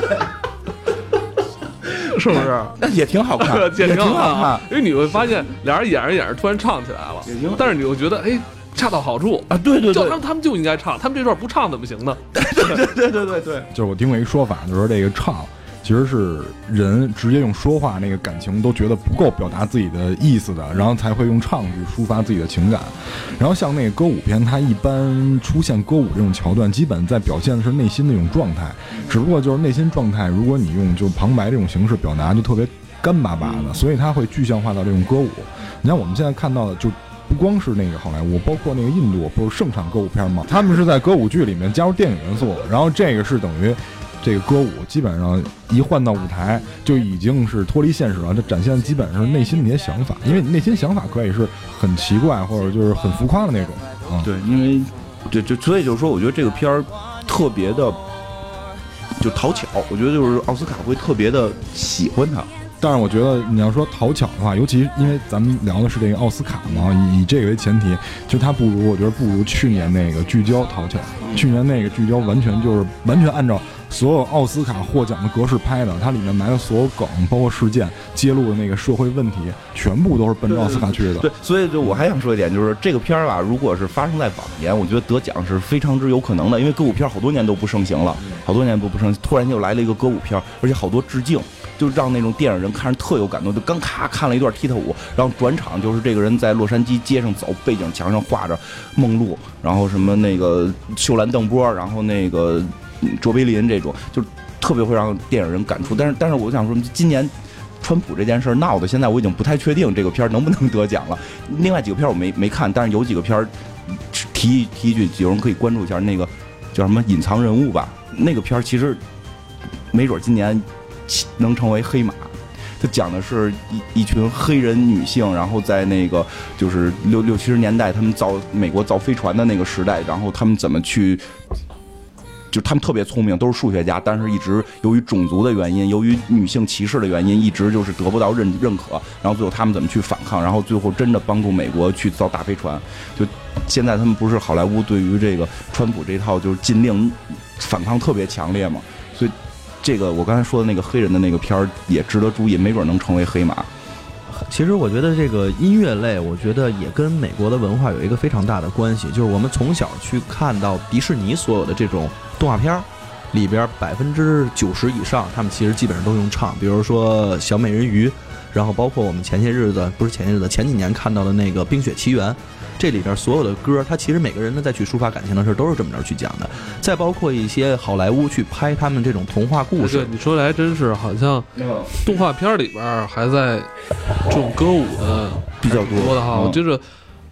是不是？ 那也挺好看， 也挺好看。因为你会发现，俩人演着演着突然唱起来了，但是你又觉得，哎，恰到好处啊！对对对， 就他们他们就应该唱，他们这段不唱怎么行呢？ 对对对对对对， 就是我听过一个说法，就是说这个唱其实是人直接用说话那个感情都觉得不够表达自己的意思的，然后才会用唱去抒发自己的情感。然后像那个歌舞片，它一般出现歌舞这种桥段，基本在表现的是内心的一种状态，只不过就是内心状态，如果你用就旁白这种形式表达，就特别干巴巴的，所以它会具象化到这种歌舞。你像我们现在看到的就。不光是那个好莱坞，包括那个印度，不是盛产歌舞片吗？他们是在歌舞剧里面加入电影元素，然后这个是等于这个歌舞基本上一换到舞台就已经是脱离现实了，这展现的基本上是内心的一些想法，因为你内心想法可以是很奇怪或者就是很浮夸的那种。啊、 对，因为对就所以就是说，我觉得这个片儿特别的就讨巧，我觉得就是奥斯卡会特别的喜欢它。 但是我觉得你要说讨巧的话，尤其因为咱们聊的是这个奥斯卡嘛，以以这个为前提，就它不如我觉得不如去年那个聚焦讨巧。去年那个聚焦完全就是完全按照所有奥斯卡获奖的格式拍的，它里面埋的所有梗，包括事件揭露的那个社会问题，全部都是奔着奥斯卡去的。 对，所以就我还想说一点，就是这个片儿吧，如果是发生在往年，我觉得得奖是非常之有可能的，因为歌舞片好多年都不盛行了，好多年都不盛行，突然就来了一个歌舞片，而且好多致敬。就让那种电影人看着特有感动，就刚咔看了一段踢踏舞，然后转场就是这个人在洛杉矶街上走，背景墙上画着梦露，然后什么那个秀兰邓波，然后那个卓别林这种，就特别会让电影人感触。但是但是我想说，今年川普这件事闹的，现在我已经不太确定这个片能不能得奖了。另外几个片我没没看，但是有几个片提提一句，有人可以关注一下，那个叫什么隐藏人物吧，那个片其实没准今年能成为黑马。它讲的是一一群黑人女性，然后在那个就是六六七十年代，他们造美国造飞船的那个时代，然后他们怎么去，就他们特别聪明，都是数学家，但是一直由于种族的原因，由于女性歧视的原因，一直就是得不到认认可，然后最后他们怎么去反抗，然后最后真的帮助美国去造大飞船。就现在他们不是好莱坞对于这个川普这套就是禁令反抗特别强烈嘛，所以。这个我刚才说的那个黑人的那个片儿也值得注意，没准能成为黑马。 其实我觉得这个音乐类，我觉得也跟美国的文化有一个非常大的关系，就是我们从小去看到迪士尼所有的这种动画片里边，百分之九十以上，他们其实基本上都用唱，比如说小美人鱼，然后包括我们前些日子不是前些日子前几年看到的那个《冰雪奇缘》。这里边所有的歌，它其实每个人呢在去抒发感情的事都是这么着去讲的。再包括一些好莱坞去拍他们这种童话故事， 对你说来真是好像动画片里边还在这种歌舞的比较多的哈。我觉着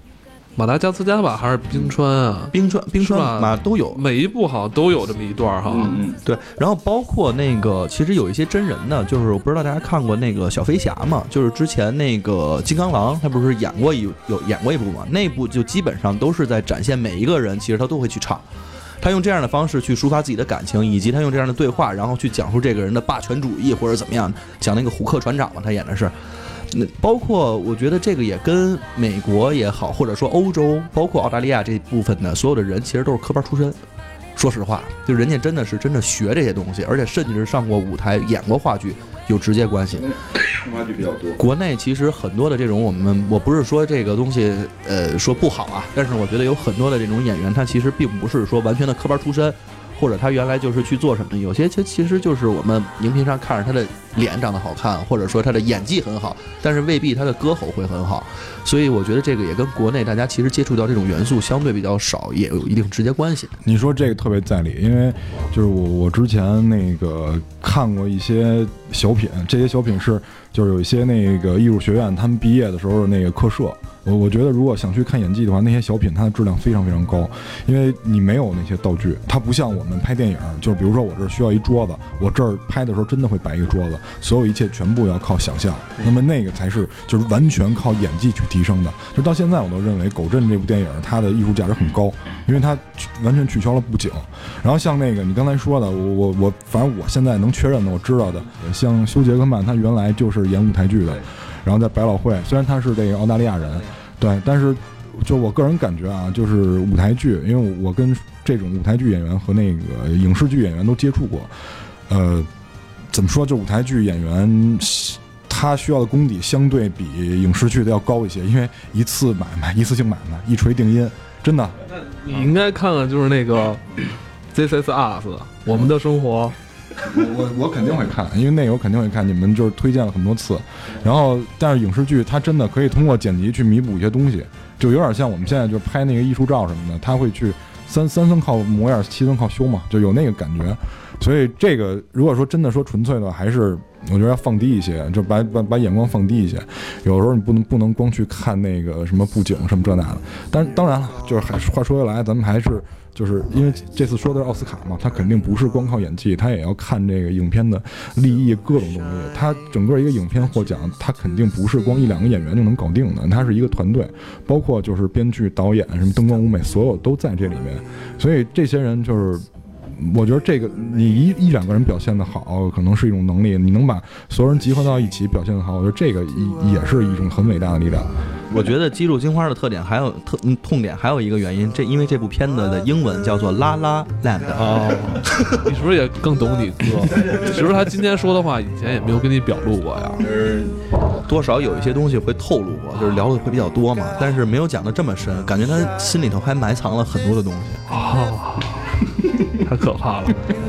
马达加斯加吧，还是冰川啊？ 冰川冰川嘛都有， 每一部好像都有这么一段哈。 嗯嗯， 对。然后包括那个，其实有一些真人的，就是我不知道大家看过那个小飞侠嘛，就是之前那个金刚狼，他不是演过一有演过一部嘛？那部就基本上都是在展现每一个人，其实他都会去唱。他用这样的方式去抒发自己的感情，以及他用这样的对话，然后去讲述这个人的霸权主义或者怎么样，讲那个虎克船长嘛，他演的是。那包括我觉得这个也跟美国也好，或者说欧洲，包括澳大利亚这部分的所有的人，其实都是科班出身。说实话，就人家真的是真的学这些东西，而且甚至是上过舞台、演过话剧，有直接关系。 话剧比较多。 国内其实很多的这种，我们我不是说这个东西，呃，说不好啊，但是我觉得有很多的这种演员，他其实并不是说完全的科班出身。或者他原来就是去做什么，有些其其实就是我们荧屏上看着他的脸长得好看，或者说他的演技很好，但是未必他的歌喉会很好，所以我觉得这个也跟国内大家其实接触到这种元素相对比较少，也有一定直接关系。 你说这个特别在理，因为就是我我之前那个看过一些小品，这些小品是就是有一些那个艺术学院他们毕业的时候的那个课社。我我觉得如果想去看演技的话，那些小品它的质量非常非常高，因为你没有那些道具，它不像我们拍电影，就是比如说我这儿需要一桌子，我这儿拍的时候真的会摆一个桌子，所有一切全部要靠想象，那么那个才是就是完全靠演技去提升的。就到现在我都认为《狗镇》这部电影它的艺术价值很高，因为它完全取消了布景。然后像那个你刚才说的，我我我反正我现在能确认的我知道的，像休·杰克曼他原来就是演舞台剧的。然后在百老汇，虽然他是这个澳大利亚人，对，但是就我个人感觉啊，就是舞台剧，因为我跟这种舞台剧演员和那个影视剧演员都接触过，呃，怎么说，就舞台剧演员他需要的功底相对比影视剧的要高一些，因为一次买卖，一次性买卖，一锤定音，真的。 你应该看看就是那个 This is Us 我们的生活。 我我我肯定会看，因为那个我肯定会看，你们就是推荐了很多次。然后，但是影视剧它真的可以通过剪辑去弥补一些东西，就有点像我们现在就拍那个艺术照什么的，它会去三三分靠模样，七分靠修嘛，就有那个感觉。所以这个如果说真的说纯粹的话，还是我觉得要放低一些，就把把把眼光放低一些。有的时候你不能不能光去看那个什么布景什么这那的。但当然了，就是还话说回来，咱们还是。就是因为这次说的是奥斯卡嘛，他肯定不是光靠演技，他也要看这个影片的立意各种东西。他整个一个影片获奖，他肯定不是光一两个演员就能搞定的，他是一个团队，包括就是编剧、导演、什么灯光、舞美，所有都在这里面。所以这些人就是，我觉得这个你一一两个人表现的好，可能是一种能力；你能把所有人集合到一起表现的好，我觉得这个也是一种很伟大的力量。 我觉得《肌肉金花》的特点还有特痛点，还有一个原因，这因为这部片子的英文叫做《拉拉 land》 哦，你是不是也更懂你哥？其实他今天说的话，以前也没有跟你表露过呀。 多少有一些东西会透露过，就是聊的会比较多嘛，但是没有讲的这么深，感觉他心里头还埋藏了很多的东西。 哦，太可怕了。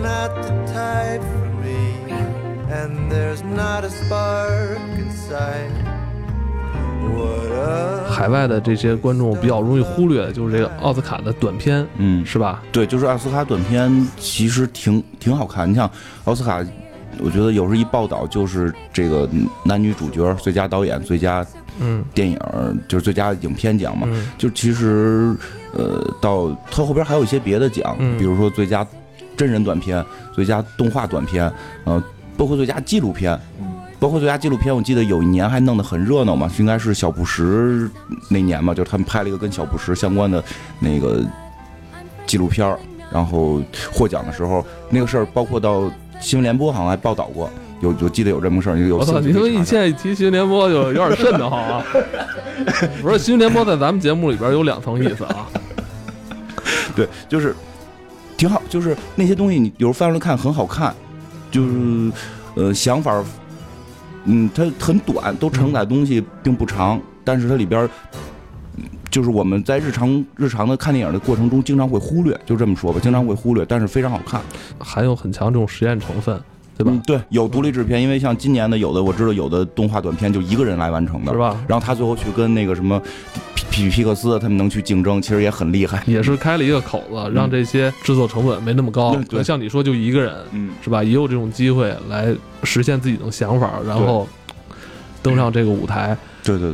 海外的这些观众比较容易忽略的就是这个奥斯卡的短片， 嗯， 是吧？ 对，就是奥斯卡短片其实挺挺好看。你像奥斯卡，我觉得有时一报道就是这个男女主角、最佳导演、最佳嗯电影，就是最佳影片奖嘛。 嗯、 就其实呃，到它后边还有一些别的奖， 嗯、 比如说最佳真人短片、最佳动画短片，呃，包括最佳纪录片。包括最佳纪录片，我记得有一年还弄得很热闹嘛，应该是小布什那年嘛，就是他们拍了一个跟小布什相关的那个纪录片，然后获奖的时候，那个事儿包括到新闻联播好像还报道过，有有记得有这么个事儿。有我操，你说你现在一提新闻联播就有点瘆得慌啊！不是新闻联播在咱们节目里边有两层意思啊。 对，就是挺好，就是那些东西你有时候翻出来看很好看，就是呃想法。嗯，它很短，都承载东西并不长，但是它里边就是我们在日常日常的看电影的过程中经常会忽略，就这么说吧，经常会忽略，但是非常好看， 含有很强这种实验成分，对吧？ 嗯，对，有独立制片，因为像今年的有的我知道有的动画短片就一个人来完成的， 是吧？ 然后他最后去跟那个什么皮皮克斯他们能去竞争，其实也很厉害， 也是开了一个口子，让这些制作成本没那么高。 嗯、对， 像你说就一个人， 嗯， 是吧？也有这种机会来实现自己的想法，然后登上这个舞台。 对对对。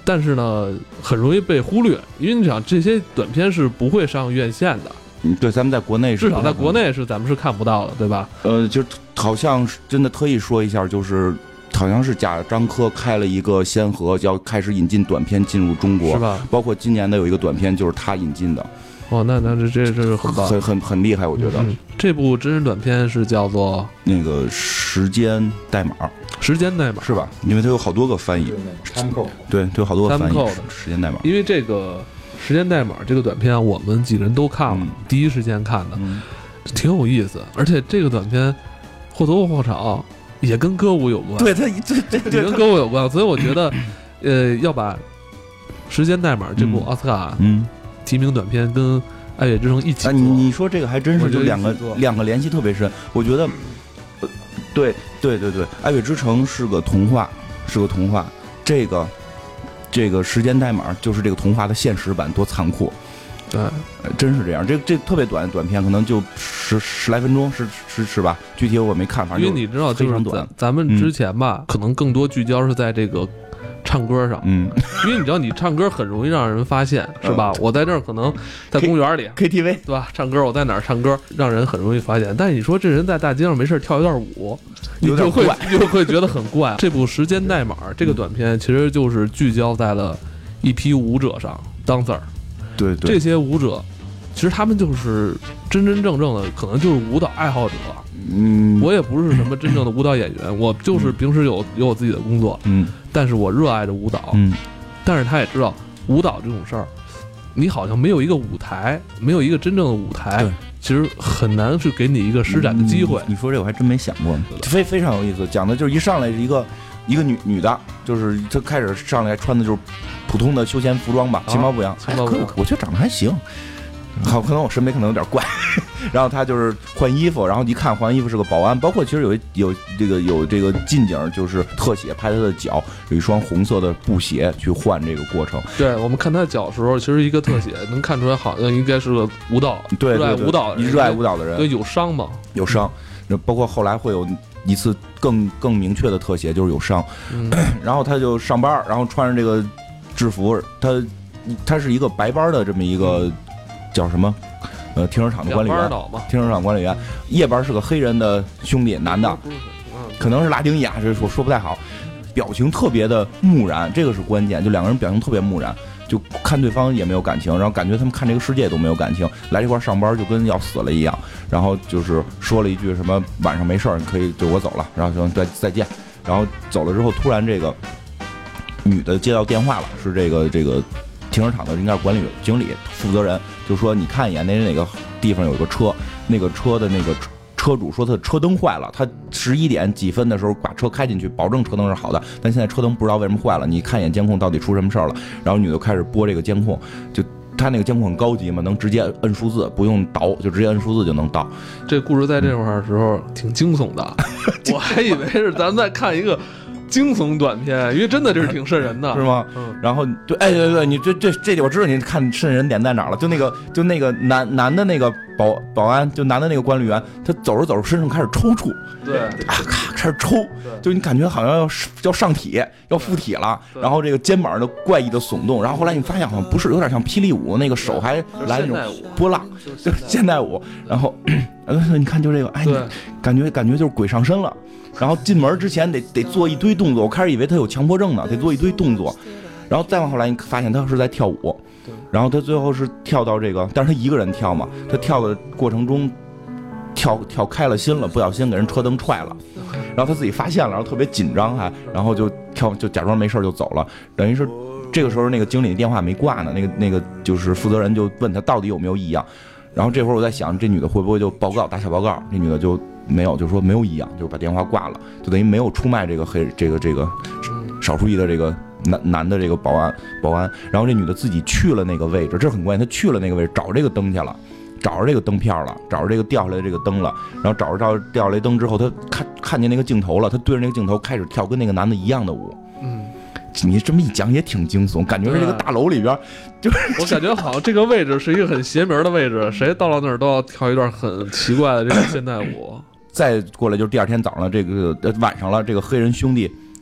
但是呢，很容易被忽略，因为你想这些短片是不会上院线的。 嗯，对，咱们在国内是至少在国内是咱们是看不到的，对吧？ 呃，就好像是真的特意说一下，就是好像是贾樟柯开了一个先河，要开始引进短片进入中国， 是吧？ 包括今年的有一个短片就是他引进的。 哦，那那这这这是很棒， 很很很厉害，我觉得、 嗯。这部真人短片是叫做那个时间代码， 时间代码是吧？因为它有好多个翻译 time code， 对，它有好多个翻译 time code 时间代码。 因为这个时间代码这个短片，我们几个人都看了， 嗯、 第一时间看的， 嗯、 挺有意思。而且这个短片或多或少也跟歌舞有关， 对，它这这也跟歌舞有关，所以我觉得，呃，要把时间代码这部奥斯卡嗯提名短片跟爱乐之城一起做。 啊，你你说这个还真是就两个两个联系特别深，我觉得，呃，对对对对，爱乐之城是个童话，是个童话，这个这个时间代码就是这个童话的现实版，多残酷。 对、呃， 真是这样。这这特别短短片，可能就十十来分钟，是是是吧？具体我没看，反正因为你知道，就是短。 咱们之前吧、嗯，可能更多聚焦是在这个唱歌上， 嗯， 因为你知道，你唱歌很容易让人发现，是吧？嗯、我在这儿可能在公园里 K T V 对吧？唱歌，我在哪儿唱歌，让人很容易发现。但是你说这人在大街上没事跳一段舞，你就会就会觉得很怪。这部《时间代码》这个短片其实就是聚焦在了一批舞者上 ，dancer。 对对， 这些舞者，其实他们就是真真正正的，可能就是舞蹈爱好者。 嗯， 我也不是什么真正的舞蹈演员，我就是平时有有我自己的工作， 嗯， 但是我热爱着舞蹈， 嗯， 但是他也知道舞蹈这种事儿，你好像没有一个舞台，没有一个真正的舞台，其实很难去给你一个施展的机会。 嗯、你说这我还真没想过，非非常有意思。讲的就是一上来是一个一个女女的，就是她开始上来穿的就是普通的休闲服装吧，其貌不扬， 其貌不扬， 我觉得长得还行。好，可能我审美可能有点怪，然后他就是换衣服，然后一看换衣服是个保安，包括其实有有这个有这个近景，就是特写拍他的脚，有一双红色的布鞋去换这个过程。 对，我们看他的脚的时候，其实一个特写能看出来，好像应该是个舞蹈， 对， 热爱舞蹈的人， 热爱舞蹈的人， 对，有伤嘛， 有伤，包括后来会有一次更更明确的特写，就是有伤， 嗯、 然后他就上班，然后穿着这个制服，他他是一个白班的这么一个。嗯叫什么？呃，停车场的管理员，停车场管理员，夜班是个黑人的兄弟，男的，可能是拉丁裔啊，这我说不太好，表情特别的木然，这个是关键，就两个人表情特别木然，就看对方也没有感情，然后感觉他们看这个世界都没有感情，来这块上班就跟要死了一样，然后就是说了一句什么晚上没事儿，你可以就我走了，然后说再再见，然后走了之后，突然这个女的接到电话了，是这个这个。停车场的应该是管理经理负责人，就说你看一眼那哪个地方有一个车，那个车的那个车主说他的车灯坏了，他十一点几分的时候把车开进去，保证车灯是好的，但现在车灯不知道为什么坏了，你看一眼监控到底出什么事儿了。然后女的开始播这个监控，就他那个监控很高级嘛，能直接摁数字，不用倒，就直接摁数字就能倒。 这故事在这块儿的时候挺惊悚的，我还以为是咱们在看一个。惊悚短片，因为真的这是挺瘆人的， 是吗？ 嗯。 然后对，哎对对，你这这这我知道你看瘆人点在哪儿了，就那个就那个男男的那个保保安，就男的那个管理员，他走着走着身上开始抽搐， 对， 啊咔开始抽，就你感觉好像要要上体要附体了，然后这个肩膀的怪异的耸动，然后后来你发现好像不是，有点像霹雳舞那个手还来那种波浪，就是现代舞，然后你看就这个，哎，感觉感觉就是鬼上身了。然后进门之前得得做一堆动作，我开始以为他有强迫症呢，得做一堆动作，然后再往后来你发现他是在跳舞，然后他最后是跳到这个，但是他一个人跳嘛，他跳的过程中跳跳开了心了，不小心给人车灯踹了，然后他自己发现了，然后特别紧张还，然后就跳就假装没事就走了，等于是这个时候那个经理电话没挂呢，那个那个就是负责人就问他到底有没有异样，然后这会儿我在想这女的会不会就报告打小报告，这女的就。没有，就说没有异样，就把电话挂了，就等于没有出卖这个黑这个这个少数裔的这个男男的这个保安保安。然后这女的自己去了那个位置，这很关键，她去了那个位置找这个灯去了，找着这个灯片了，找着这个掉下来的这个灯了，然后找着掉掉下来灯之后，她看看见那个镜头了，她对着那个镜头开始跳跟那个男的一样的舞。 嗯， 你这么一讲也挺惊悚，感觉是这个大楼里边，就是我感觉好像这个位置是一个很邪门的位置，谁到了那儿都要跳一段很奇怪的这个现代舞。 再过来就是第二天早上，这个晚上了，这个黑人兄弟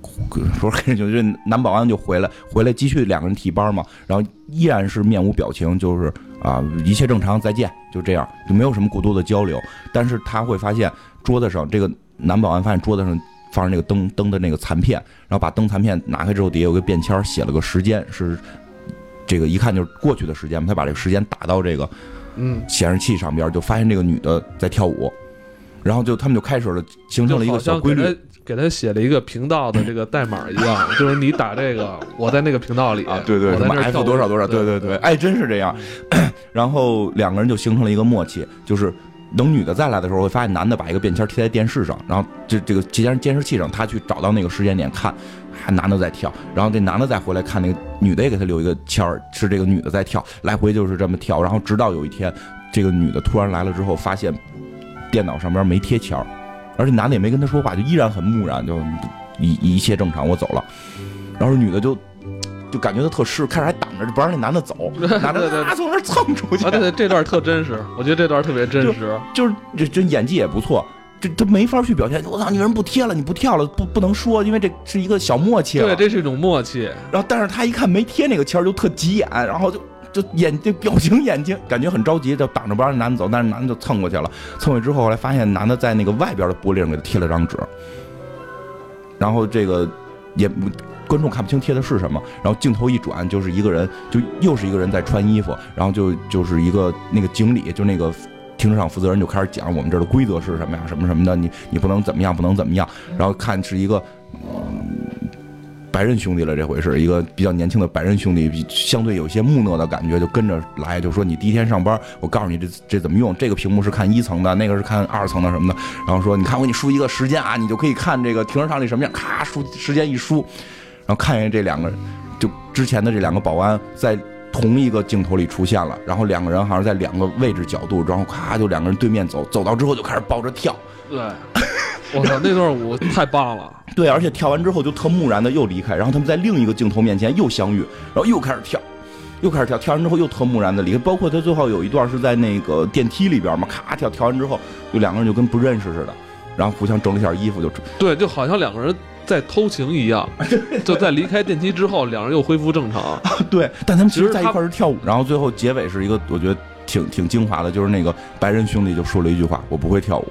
不是黑人警就男保安就回来，回来继续两个人替班嘛，然后依然是面无表情，就是啊一切正常，再见，就这样，就没有什么过多的交流。但是他会发现桌子上这个男保安发现桌子上放着那个灯灯的那个残片，然后把灯残片拿开之后，底下有个便签写了个时间，是这个一看就是过去的时间嘛，他把这个时间打到这个嗯显示器上边，就发现这个女的在跳舞。然后就他们就开始了，形成了一个小规律， 给他写了一个频道的这个代码一样，就是你打这个，我在那个频道里， 啊、对对，什么 F 多少多少，对对对，哎，真是这样。然后两个人就形成了一个默契，就是等女的再来的时候，会发现男的把一个便签贴在电视上，然后这这个监监视器上，他去找到那个时间点看，还男的在跳，然后这男的再回来看那个女的也给他留一个签儿，是这个女的在跳，来回就是这么跳，然后直到有一天，这个女的突然来了之后，发现电脑上边没贴签儿，而且男的也没跟他说话，就依然很木然，就一一切正常，我走了。然后女的就就感觉他特失，开始还挡着，不让那男的走，男的啊从那蹭出去。 啊，对对，这段特真实，我觉得这段特别真实， 就就是这这演技也不错。这他没法去表现，我操，你为什么不贴了？你不跳了，不不能说，因为这是一个小默契。 对，这是一种默契。 然后，但是他一看没贴那个签儿，就特急眼，然后就。就眼这表情眼睛感觉很着急，就挡着不让男的走，但是男的就蹭过去了。蹭过去之后，后来发现男的在那个外边的玻璃上给他贴了张纸，然后这个也观众看不清贴的是什么。然后镜头一转，就是一个人，就又是一个人在穿衣服，然后就就是一个那个经理，就那个停车场负责人就开始讲我们这儿的规则是什么呀，什么什么的，你你不能怎么样，不能怎么样。然后看是一个。嗯白人兄弟了，这回是一个比较年轻的白人兄弟，相对有些木讷的感觉，就跟着来，就说你第一天上班，我告诉你这这怎么用，这个屏幕是看一层的，那个是看二层的什么的，然后说你看我给你输一个时间啊，你就可以看这个停车场里什么样，咔输时间一输，然后看见这两个就之前的这两个保安在同一个镜头里出现了，然后两个人好像在两个位置角度，然后咔就两个人对面走，走到之后就开始抱着跳， 对。我操，那段舞太棒了！ 对，而且跳完之后就特木然的又离开，然后他们在另一个镜头面前又相遇，然后又开始跳，又开始跳，跳完之后又特木然的离开。包括他最后有一段是在那个电梯里边嘛，咔跳，跳完之后就两个人就跟不认识似的，然后互相整了一下衣服就对，就好像两个人在偷情一样，就在离开电梯之后，两人又恢复正常。 对，但他们其实在一块儿跳舞，然后最后结尾是一个我觉得挺挺精华的，就是那个白人兄弟就说了一句话：“我不会跳舞。”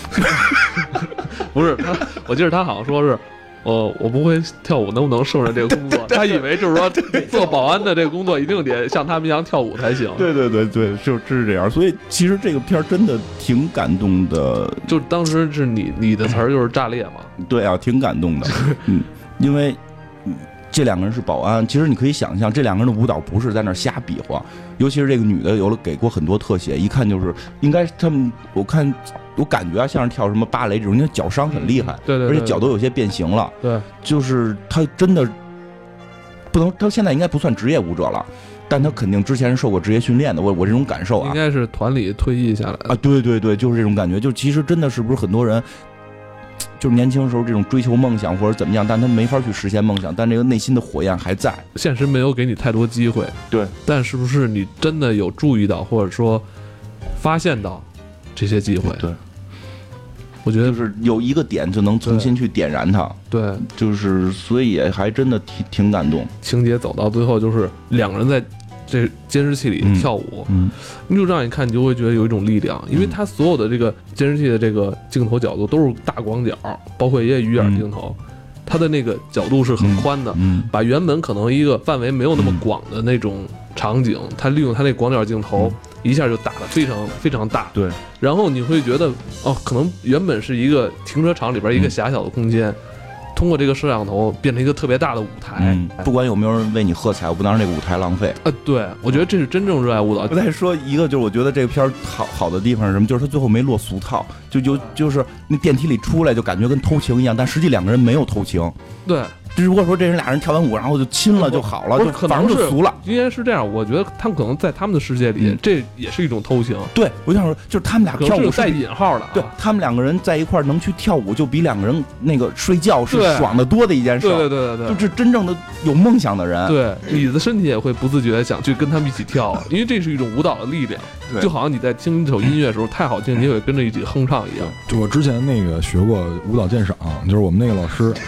不是他，我记得他好像说是，呃，我不会跳舞，能不能胜任这个工作？他以为就是说做保安的这个工作一定得像他们一样跳舞才行。 对对对对，就是这样。所以其实这个片儿真的挺感动的。 就当时是你你的词儿就是炸裂嘛？ 对啊，挺感动的。嗯，因为这两个人是保安，其实你可以想象，这两个人的舞蹈不是在那儿瞎比划，尤其是这个女的有了给过很多特写，一看就是应该他们，我看我感觉啊像是跳什么芭蕾这种，因为脚伤很厉害， 对 对, 对, 对，而且脚都有些变形了， 对， 就是他真的不能，他现在应该不算职业舞者了。但他肯定之前是受过职业训练的，我我这种感受啊， 应该是团里退役下来的啊，对对对，就是这种感觉，就其实真的是不是很多人。就是年轻时候这种追求梦想或者怎么样，但他没法去实现梦想，但这个内心的火焰还在。 现实没有给你太多机会， 对， 但是不是你真的有注意到或者说发现到这些机会？ 对， 我觉得就是有一个点就能重新去点燃它。 对， 就是所以也还真的挺挺感动。 情节走到最后，就是两个人在这监视器里跳舞， 嗯， 你就让你看，你就会觉得有一种力量，因为它所有的这个监视器的这个镜头角度都是大广角，包括也有鱼眼镜头，它的那个角度是很宽的， 嗯， 把原本可能一个范围没有那么广的那种场景，它利用它那广角镜头一下就打得非常非常大， 对， 然后你会觉得哦，可能原本是一个停车场里边一个狭小的空间。通过这个摄像头变成一个特别大的舞台， 嗯，不管有没有人为你喝彩，我不能让这个舞台浪费。 啊，对，我觉得这是真正热爱舞蹈。 我再说一个，就是我觉得这个片儿好好的地方是什么？就是他最后没落俗套，就就就是那电梯里出来就感觉跟偷情一样，但实际两个人没有偷情。 对。 只不过说这人俩人跳完舞，然后就亲了就好了，就反正就俗了。 应该是这样，我觉得他们可能在他们的世界里，嗯、这也是一种偷情。 对，我想说，就是他们俩跳舞是带引号的、啊。 对，他们两个人在一块儿能去跳舞，就比两个人那个睡觉是爽得多的一件事。 对对对对对， 就是真正的有梦想的人。 对，你的身体也会不自觉的想去跟他们一起跳，因为这是一种舞蹈的力量。就好像你在听一首音乐的时候太好听，你也会跟着一起哼唱一样。 就我之前那个学过舞蹈鉴赏，就是我们那个老师。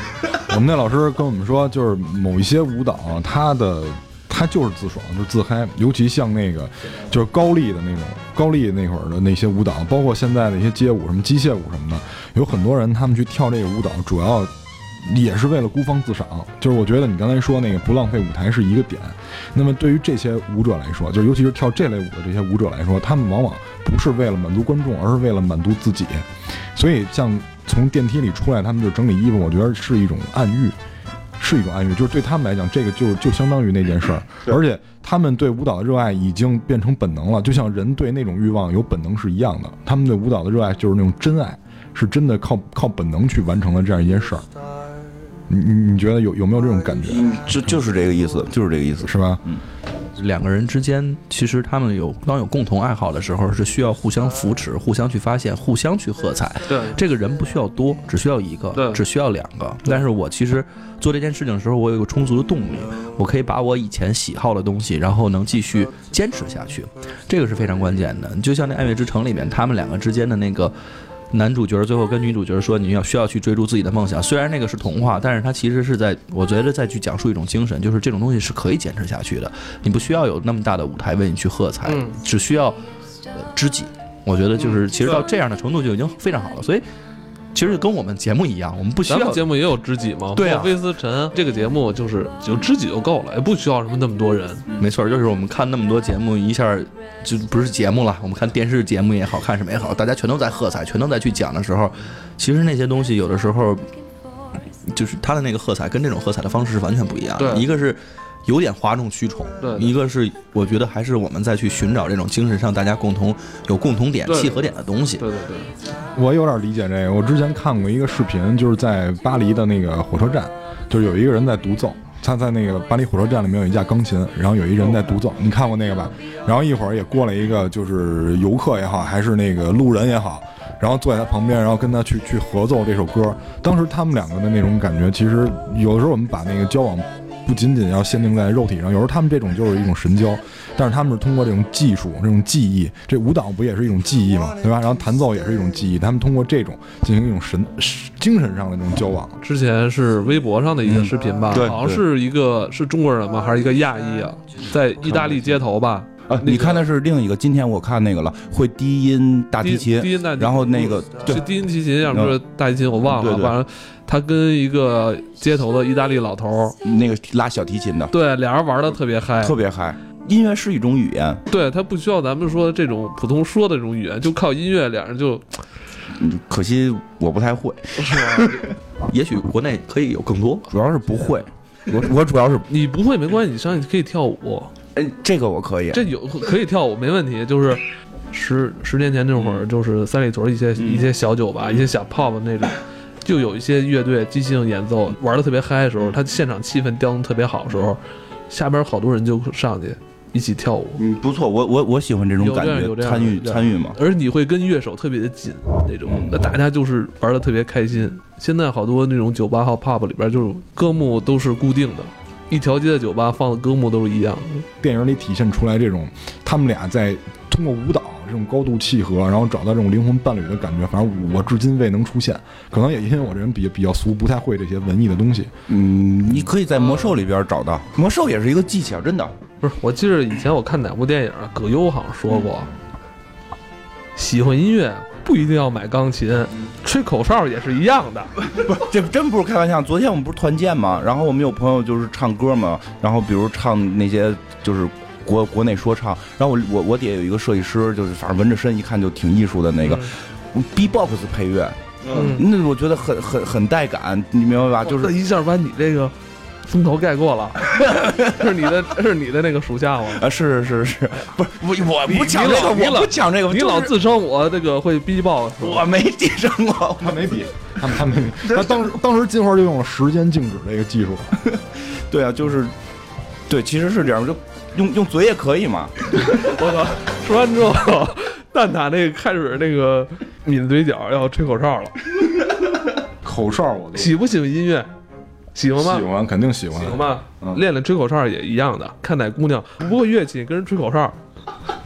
我们那老师跟我们说，就是某一些舞蹈，它的它就是自爽，就是自嗨。尤其像那个就是高丽的那种高丽那会儿的那些舞蹈，包括现在的一些街舞、什么机械舞什么的，有很多人他们去跳这个舞蹈，主要也是为了孤芳自赏。就是我觉得你刚才说那个不浪费舞台是一个点。那么对于这些舞者来说，就尤其是跳这类舞的这些舞者来说，他们往往不是为了满足观众，而是为了满足自己。所以像从电梯里出来，他们就整理衣服，我觉得是一种暗喻，是一种暗喻，就是对他们来讲，这个就就相当于那件事儿。而且他们对舞蹈的热爱已经变成本能了，就像人对那种欲望有本能是一样的。他们对舞蹈的热爱就是那种真爱，是真的靠靠本能去完成了这样一件事儿。你你觉得有有没有这种感觉？ 就就是这个意思，就是这个意思， 是吧？ 嗯。 两个人之间，其实他们有当有共同爱好的时候，是需要互相扶持、互相去发现、互相去喝彩。 对， 这个人不需要多，只需要一个， 对， 只需要两个。但是我其实做这件事情的时候，我有一个充足的动力，我可以把我以前喜好的东西，然后能继续坚持下去，这个是非常关键的。就像那《爱乐之城》里面，他们两个之间的那个。男主角最后跟女主角说：“你要需要去追逐自己的梦想。”虽然那个是童话，但是它其实是在，我觉得再去讲述一种精神，就是这种东西是可以坚持下去的。你不需要有那么大的舞台为你去喝彩， 嗯、 只需要、呃、知己。我觉得就是其实到这样的程度就已经非常好了。所以其实跟我们节目一样，我们不需要。 咱们节目也有知己嘛？ 对啊， 威斯晨这个节目就是有知己就够了，也不需要什么那么多人。 没错，就是我们看那么多节目，一下就不是节目了。我们看电视节目也好看什么也好，大家全都在喝彩，全都在去讲的时候，其实那些东西有的时候就是他的那个喝彩跟这种喝彩的方式是完全不一样的。一个是有点哗众取宠， 对， 一个是我觉得还是我们再去寻找这种精神上大家共同有共同点、契合点的东西。 对对对， 我有点理解这个。我之前看过一个视频，就是在巴黎的那个火车站，就是有一个人在独奏。他在那个巴黎火车站里面有一架钢琴，然后有一人在独奏，你看过那个吧？然后一会儿也过来一个，就是游客也好，还是那个路人也好，然后坐在他旁边，然后跟他去去合奏这首歌。当时他们两个的那种感觉，其实有的时候我们把那个交往不仅仅要限定在肉体上，有时候他们这种就是一种神交，但是他们是通过这种技术、这种技艺，这舞蹈不也是一种技艺嘛，对吧？然后弹奏也是一种技艺，他们通过这种进行一种神精神上的这种交往。 之前是微博上的一个视频吧， 嗯、 好像是一个是中国人吗？还是一个亚裔啊？在意大利街头吧。 啊，你看的是另一个。今天我看那个了，会低音大提琴， 低音大提琴， 然后那个是低音提琴，要不是大提琴，我忘了。反正他跟一个街头的意大利老头， 那个拉小提琴的， 对，俩人玩的特别嗨， 特别嗨。音乐是一种语言， 对，他不需要咱们说这种普通说的这种语言，就靠音乐，俩人就。 可惜我不太会， 是吧？ 也许国内可以有更多， 主要是不会。我我主要是你不会没关系，你上去可以跳舞。 哎，这个我可以， 这有可以跳舞没问题。就是十十年前那会儿，就是三里屯一些、嗯、一些小酒吧，一些小 pub 那种，就有一些乐队即兴演奏，玩的特别嗨的时候，他现场气氛调动特别好的时候，下边好多人就上去一起跳舞。 嗯，不错，我我我喜欢这种感觉，参与参与嘛。 而你会跟乐手特别的紧那种，那大家就是玩的特别开心。现在好多那种酒吧和 pub 里边，就是歌目都是固定的。一条街的酒吧放的歌目都是一样的。 电影里体现出来这种他们俩在通过舞蹈这种高度契合，然后找到这种灵魂伴侣的感觉，反正我至今未能出现。可能也因为我这人比比较俗，不太会这些文艺的东西。 嗯，你可以在魔兽里边找到，魔兽也是一个技巧，真的。 不是，我记得以前我看哪部电影，葛优好像说过，嗯、喜欢音乐不一定要买钢琴，吹口哨也是一样的。 不是，这真不是开玩笑。昨天我们不是团建嘛，然后我们有朋友就是唱歌嘛，然后比如唱那些就是国国内说唱，然后我我我底下有一个设计师，就是反正纹着身，一看就挺艺术的那个、嗯、B box 配乐，嗯，那我觉得很很很带感，你明白吧？就是一下把你这个风头盖过了。是你的是你的那个属下吗？ 啊，是是是，不是我我不讲这个，我不讲这个， 你老自称我这个会逼爆， 我没提升过， 他没比，他他没比，他当时当时金花就用了时间静止这个技术。 对啊，就是对，其实是这样，就用用嘴也可以嘛。 我操！说完之后，蛋挞那个开始那个抿嘴角要吹口哨了。 口哨我喜不喜欢音乐？喜欢吗？ 喜欢，肯定喜欢。 喜欢吗？嗯、练练吹口哨也一样的。看哪姑娘不会乐器，跟人吹口哨，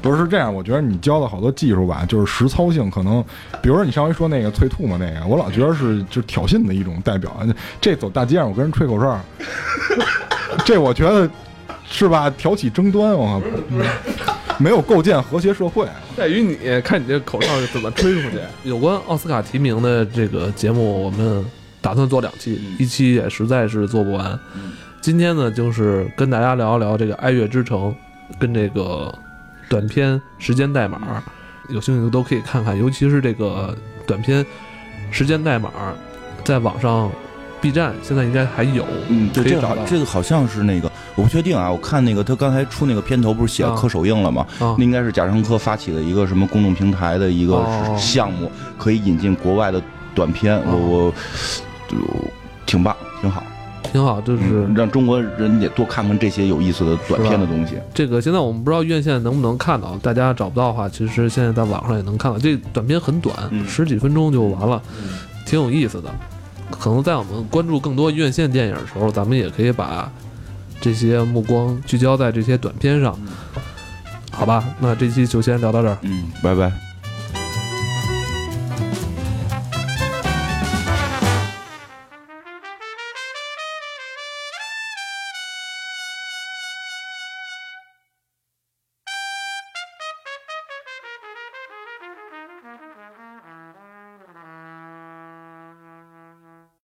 不是是这样，我觉得你教的好多技术吧，就是实操性可能，比如说你上回说那个啐吐沫那个，我老觉得是就是挑衅的一种代表。这走大街上我跟人吹口哨，这我觉得是吧？挑起争端，我没有构建和谐社会。 在于你看你这口哨怎么吹出去。有关奥斯卡提名的这个节目，我们打算做两期，一期也实在是做不完。今天呢，就是跟大家聊一聊这个《爱乐之城》跟这个短片《时间代码》，有兴趣的都可以看看，尤其是这个短片《时间代码》，在网上 B 站现在应该还有， 嗯，对，这个好， 可以找到。 这个好像是那个，我不确定啊。我看那个他刚才出那个片头，不是写了刻手印了吗？ 啊， 那应该是贾樟柯发起的一个什么公众平台的一个哦项目，可以引进国外的短片。我我我挺棒，挺好。 挺好，就是、 嗯、让中国人也多看看这些有意思的短片的东西。 这个现在我们不知道院线能不能看到，大家找不到的话，其实现在在网上也能看到。这短片很短， 嗯、 十几分钟就完了， 嗯、 挺有意思的。可能在我们关注更多院线电影的时候，咱们也可以把这些目光聚焦在这些短片上，好吧？那这期就先聊到这儿， 嗯，拜拜。